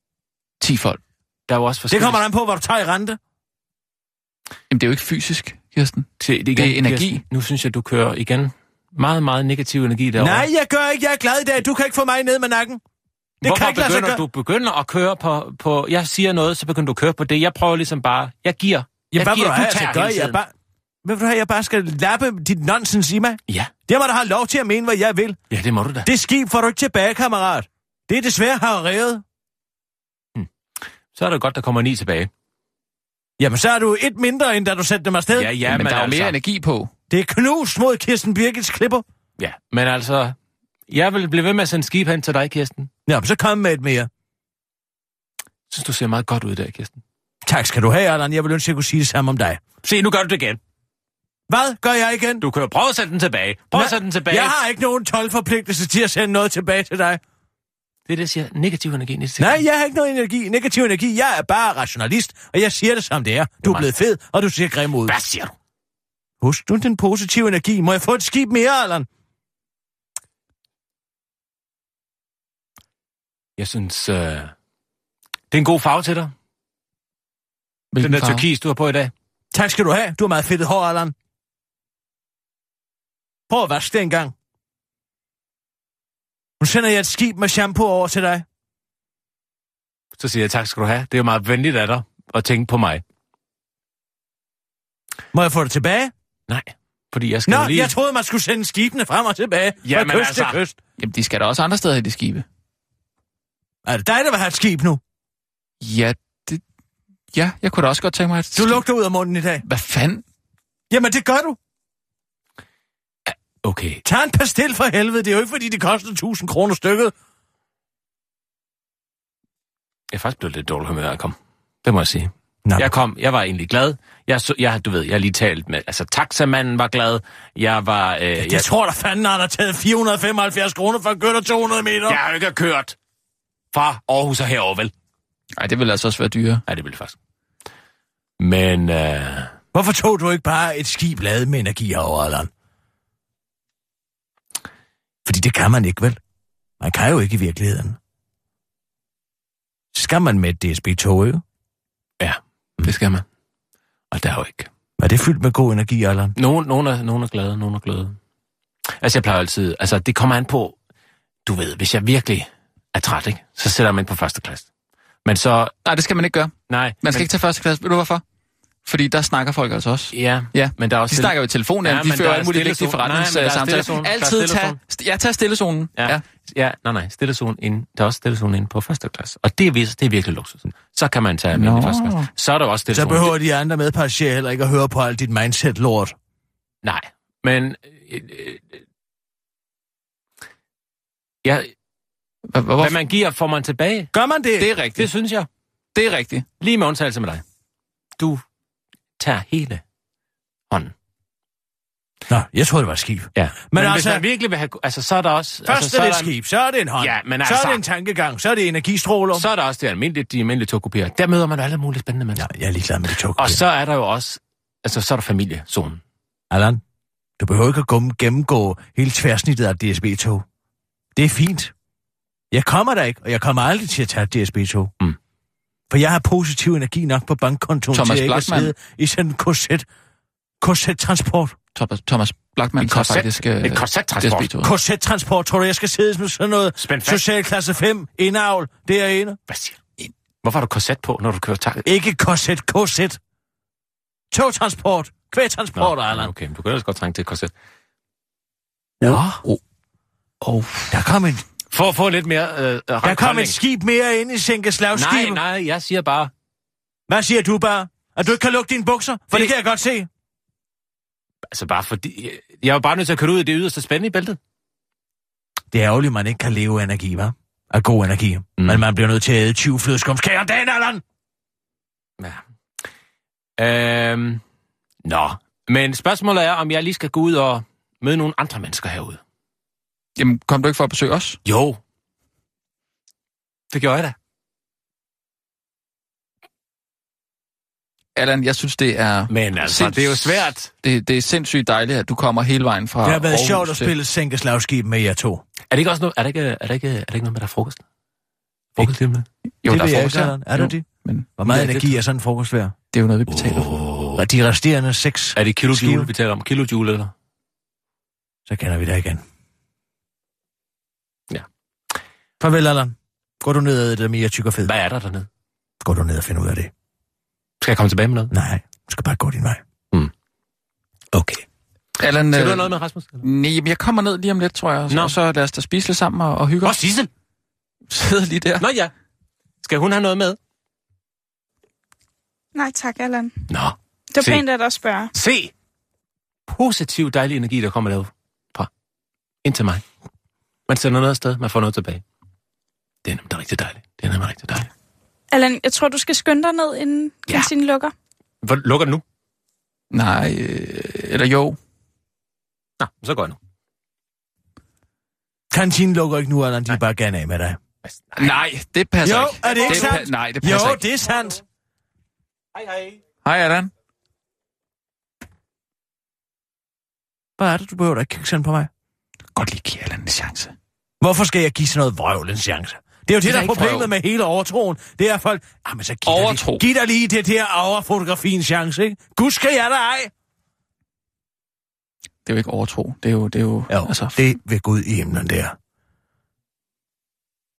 ti fold. Der er jo også det kommer an på, hvad du tager i rente. Jamen, det er jo ikke fysisk, Kirsten. Det, det, igen, det er energi. Kirsten, nu synes jeg, du kører igen meget, meget negativ energi derovre. Nej, jeg gør ikke. Jeg er glad i dag. Du kan ikke få mig ned med nakken. Det Hvorfor kan ikke lade sig begynder gøre. du begynder at køre på, på... Jeg siger noget, så begynder du at køre på det. Jeg prøver ligesom bare... Jeg giver. Jeg jeg giver, du have, tager gør, hele tiden. jeg bare, Hvad vil du have, jeg bare skal lappe dit nonsens i mig? Ja. Det må du have lov til at mene, hvad jeg vil. Ja, det må du da. Det skib får du ikke tilbage, kammerat. Det er desværre havareret. Hmm. Så er det godt, der kommer ni tilbage. Jamen, så er du et mindre, end da du satte dem afsted. Ja, ja, men, men der er altså... mere energi på. Det er knust mod Kirsten Birgits klipper. Ja, men altså... Jeg vil blive ved med at sende skib hen til dig, Kirsten. Ja, så kom med et mere. Jeg synes, du ser meget godt ud i dag, Kirsten. Tak skal du have, Allan. Jeg vil ønske, at jeg kunne sige det samme om dig. Se, nu gør du det igen. Hvad gør jeg igen? Du kan jo prøve at sætte den tilbage. Prøv at sætte den tilbage. Jeg har ikke nogen tolvforpligtelse til at sende noget tilbage til dig. Det er det, jeg siger. Negativ energi. Negativ. Nej, jeg har ikke noget energi. Negativ energi. Jeg er bare rationalist, og jeg siger det som det er. Du er blevet fed, og du ser grim ud. Hvad siger du? Husk nu den positive energi. Må jeg få et skib mere, Allan? Jeg synes, øh, det er en god farve til dig. Hvilken den der farve? turkis, du har på i dag. Tak skal du have. Du har meget fedtet hår, Allan. Prøv at vaske det en gang. Nu sender jeg et skib med shampoo over til dig. Så siger jeg, tak skal du have. Det er jo meget venligt af dig at tænke på mig. Må jeg få det tilbage? Nej, fordi jeg skal Nå, lige... jeg troede, man skulle sende skibene frem og tilbage. Ja, men kyst altså... til kyst. Jamen, de skal da også andre steder i de skibe. Er det dig, der vil have et skib nu? Ja, det... Ja, jeg kunne da også godt tænke mig et Du skib. lugter ud af munden i dag. Hvad fanden? Jamen, det gør du. Okay. Tag en pastil for helvede. Det er jo ikke, fordi det koster tusind kroner stykket. Jeg er faktisk blevet lidt dårlig humør, jeg kom. Det må jeg sige. Nå. Jeg kom, jeg var egentlig glad. Jeg, så, jeg, du ved, jeg har lige talt med, altså taxamanden var glad. Jeg var... Øh, jeg, jeg tror da fanden, han har taget fire hundrede og femoghalvfjerds kroner for at køre to hundrede meter. Jeg har jo ikke kørt fra Aarhus og herover, vel? Nej, det ville altså også være dyre. Nej, det ville faktisk. Men... Øh... Hvorfor tog du ikke bare et skib lavet med energi over, Allan? Fordi det kan man ikke, vel? Man kan jo ikke i virkeligheden. Skal man med et D S B-tog, jo? Ja, det skal man. Og der er jo ikke. Er det fyldt med god energi, Allan? Nogen, nogen, er, nogen er glade, nogen er glade. Altså, jeg plejer altid... Altså, det kommer an på... Du ved, hvis jeg virkelig er træt, ikke? Så sætter jeg mig ind på første klasse. Men så... Nej, det skal man ikke gøre. Nej. Man skal men... ikke tage første klasse. Ved du hvorfor? Fordi der snakker folk altså også. Ja, ja. Men der er også de stille... snakker jo i telefonen, ja, de fører alle mulige vigtige forretningssamtaler. Altid tag, ja, tag stillezonen. Ja. Ja. ja, nej, nej, stillezonen ind. Der er også stillezonen inde på første klasse. Og det er, det er virkelig luksus. Så kan man tage med i første klasse. Så er der også stillezonen. Så behøver de andre medpassagerer heller ikke at høre på alt dit mindset-lort. Nej, men... Øh, øh, ja, hvad man giver, får man tilbage. Gør man det? Det er rigtigt. Det synes jeg. Det er rigtigt. Lige med undtagelse med dig. Du tager hele hånden. Nå, jeg troede, det var et skib. Ja. Men, men altså, hvis man virkelig vil have... Altså, så er der også... Først altså, er det et skib, så er det en hånd. Ja, men altså, altså, så er det en tankegang, så er det energistråler. Så er der også det almindelige, de almindelige togkopier. Der møder man alle mulige spændende mennesker. Ja, jeg er ligeglad med de togkopier. Og så er der jo også... Altså, så er der familiezonen. Allan, du behøver ikke at gennemgå hele tværsnittet af D S B-tog. Det er fint. Jeg kommer der ikke, og jeg kommer aldrig til at tage et D S B-tog. Mm. For jeg har positiv energi nok på bankkontoen Thomas til ikke at sidde i sådan en korset, korset-transport. Thomas, Thomas Blackman tager faktisk... Uh, et korset-transport. Korset-transport, tror du, jeg skal sidde med sådan noget social klasse fem, indavl, derinde? Hvad siger du? Hvorfor har du korset på, når du kører tak? Ikke korset, korset. Togtransport, kvægtransport, Allan. Okay, men du kan ellers godt trænge til et korset. Ja. Oh. Oh. Der kom en... For at få lidt mere... Øh, der kom et skib mere ind i Sænkeslavskibet. Nej, nej, jeg siger bare... Hvad siger du bare? At du ikke kan lukke dine bukser? For det, det kan jeg godt se. Altså bare fordi... Jeg er jo bare nødt til at køre ud i det yderste spænd i bæltet. Det er ærgerligt, at man ikke kan leve af energi, hva'? Af god energi. Mm. Men man bliver nødt til at æde tyve flødeskumskager om dagen, Allan! Ja. Øhm... Nå. Men spørgsmålet er, om jeg lige skal gå ud og møde nogle andre mennesker herude. Jamen, kom du ikke for at besøge os? Jo. Det gjorde jeg da. Allan, jeg synes, det er... Men altså, det er jo svært. Det, det er sindssygt dejligt, at du kommer hele vejen fra Det har været Aarhus sjovt at til... spille Sænkeslavskib med jer to. Er det ikke også noget, er det ikke, er det ikke, er det ikke noget med, der er frokost? Frokost med? Jo, det der er frokost, her. Er der det? Men hvor meget energi er sådan en frokost værd? Det er jo noget, vi betaler for. Og de resterende seks... Er det kilojoule, vi taler om? Kilojoule, eller? Så kender vi dig igen. Ja. Farvel, Allan. Går du ned og det mere tyk og fed? Hvad er der dernede? Går du ned og finder ud af det? Skal jeg komme tilbage med noget? Nej, du skal bare gå din vej. Mm. Okay. Allan, skal øh, du noget med Rasmus? Nej, men jeg kommer ned lige om lidt, tror jeg. Og så lad os da spise lidt sammen og, og hygge os. Åh, Sissel! Sidder lige der. Nå ja. Skal hun have noget med? Nej tak, Allan. Nå. Det var pænt at også spørge. Se! Positiv, dejlig energi, der kommer derfra. Ind til mig. Man sender noget afsted, man får noget tilbage. Det er nemlig rigtig dejligt. Det er nemlig rigtig dejligt. Allan, jeg tror, du skal skynde dig ned, inden ja. Kantinen lukker. Hvor lukker den nu? Nej, øh, eller jo. Nå, så går jeg nu. Kantinen lukker ikke nu, Allan. De er bare gerne af med dig. Nej, nej det passer jo, ikke. Jo, er det ikke det sandt? Pa- nej, det passer jo, ikke. det er sandt. Hej, hej. Hej, Allan. Hvad er det, du behøver da ikke kigge sådan på mig? Godt lige give Allan en chance. Hvorfor skal jeg give sådan noget vrøvl en chance? Det er jo det, det der er problemet vrøvl. Med hele overtroen. Det er folk... Ah, men så giv Overtro. Dig, giv dig lige det der aura-fotografi en chance, ikke? Gud skal jeg da ej! Det er jo ikke overtro. Det er jo... Det er jo, jo altså... det ved Gud i himlen der.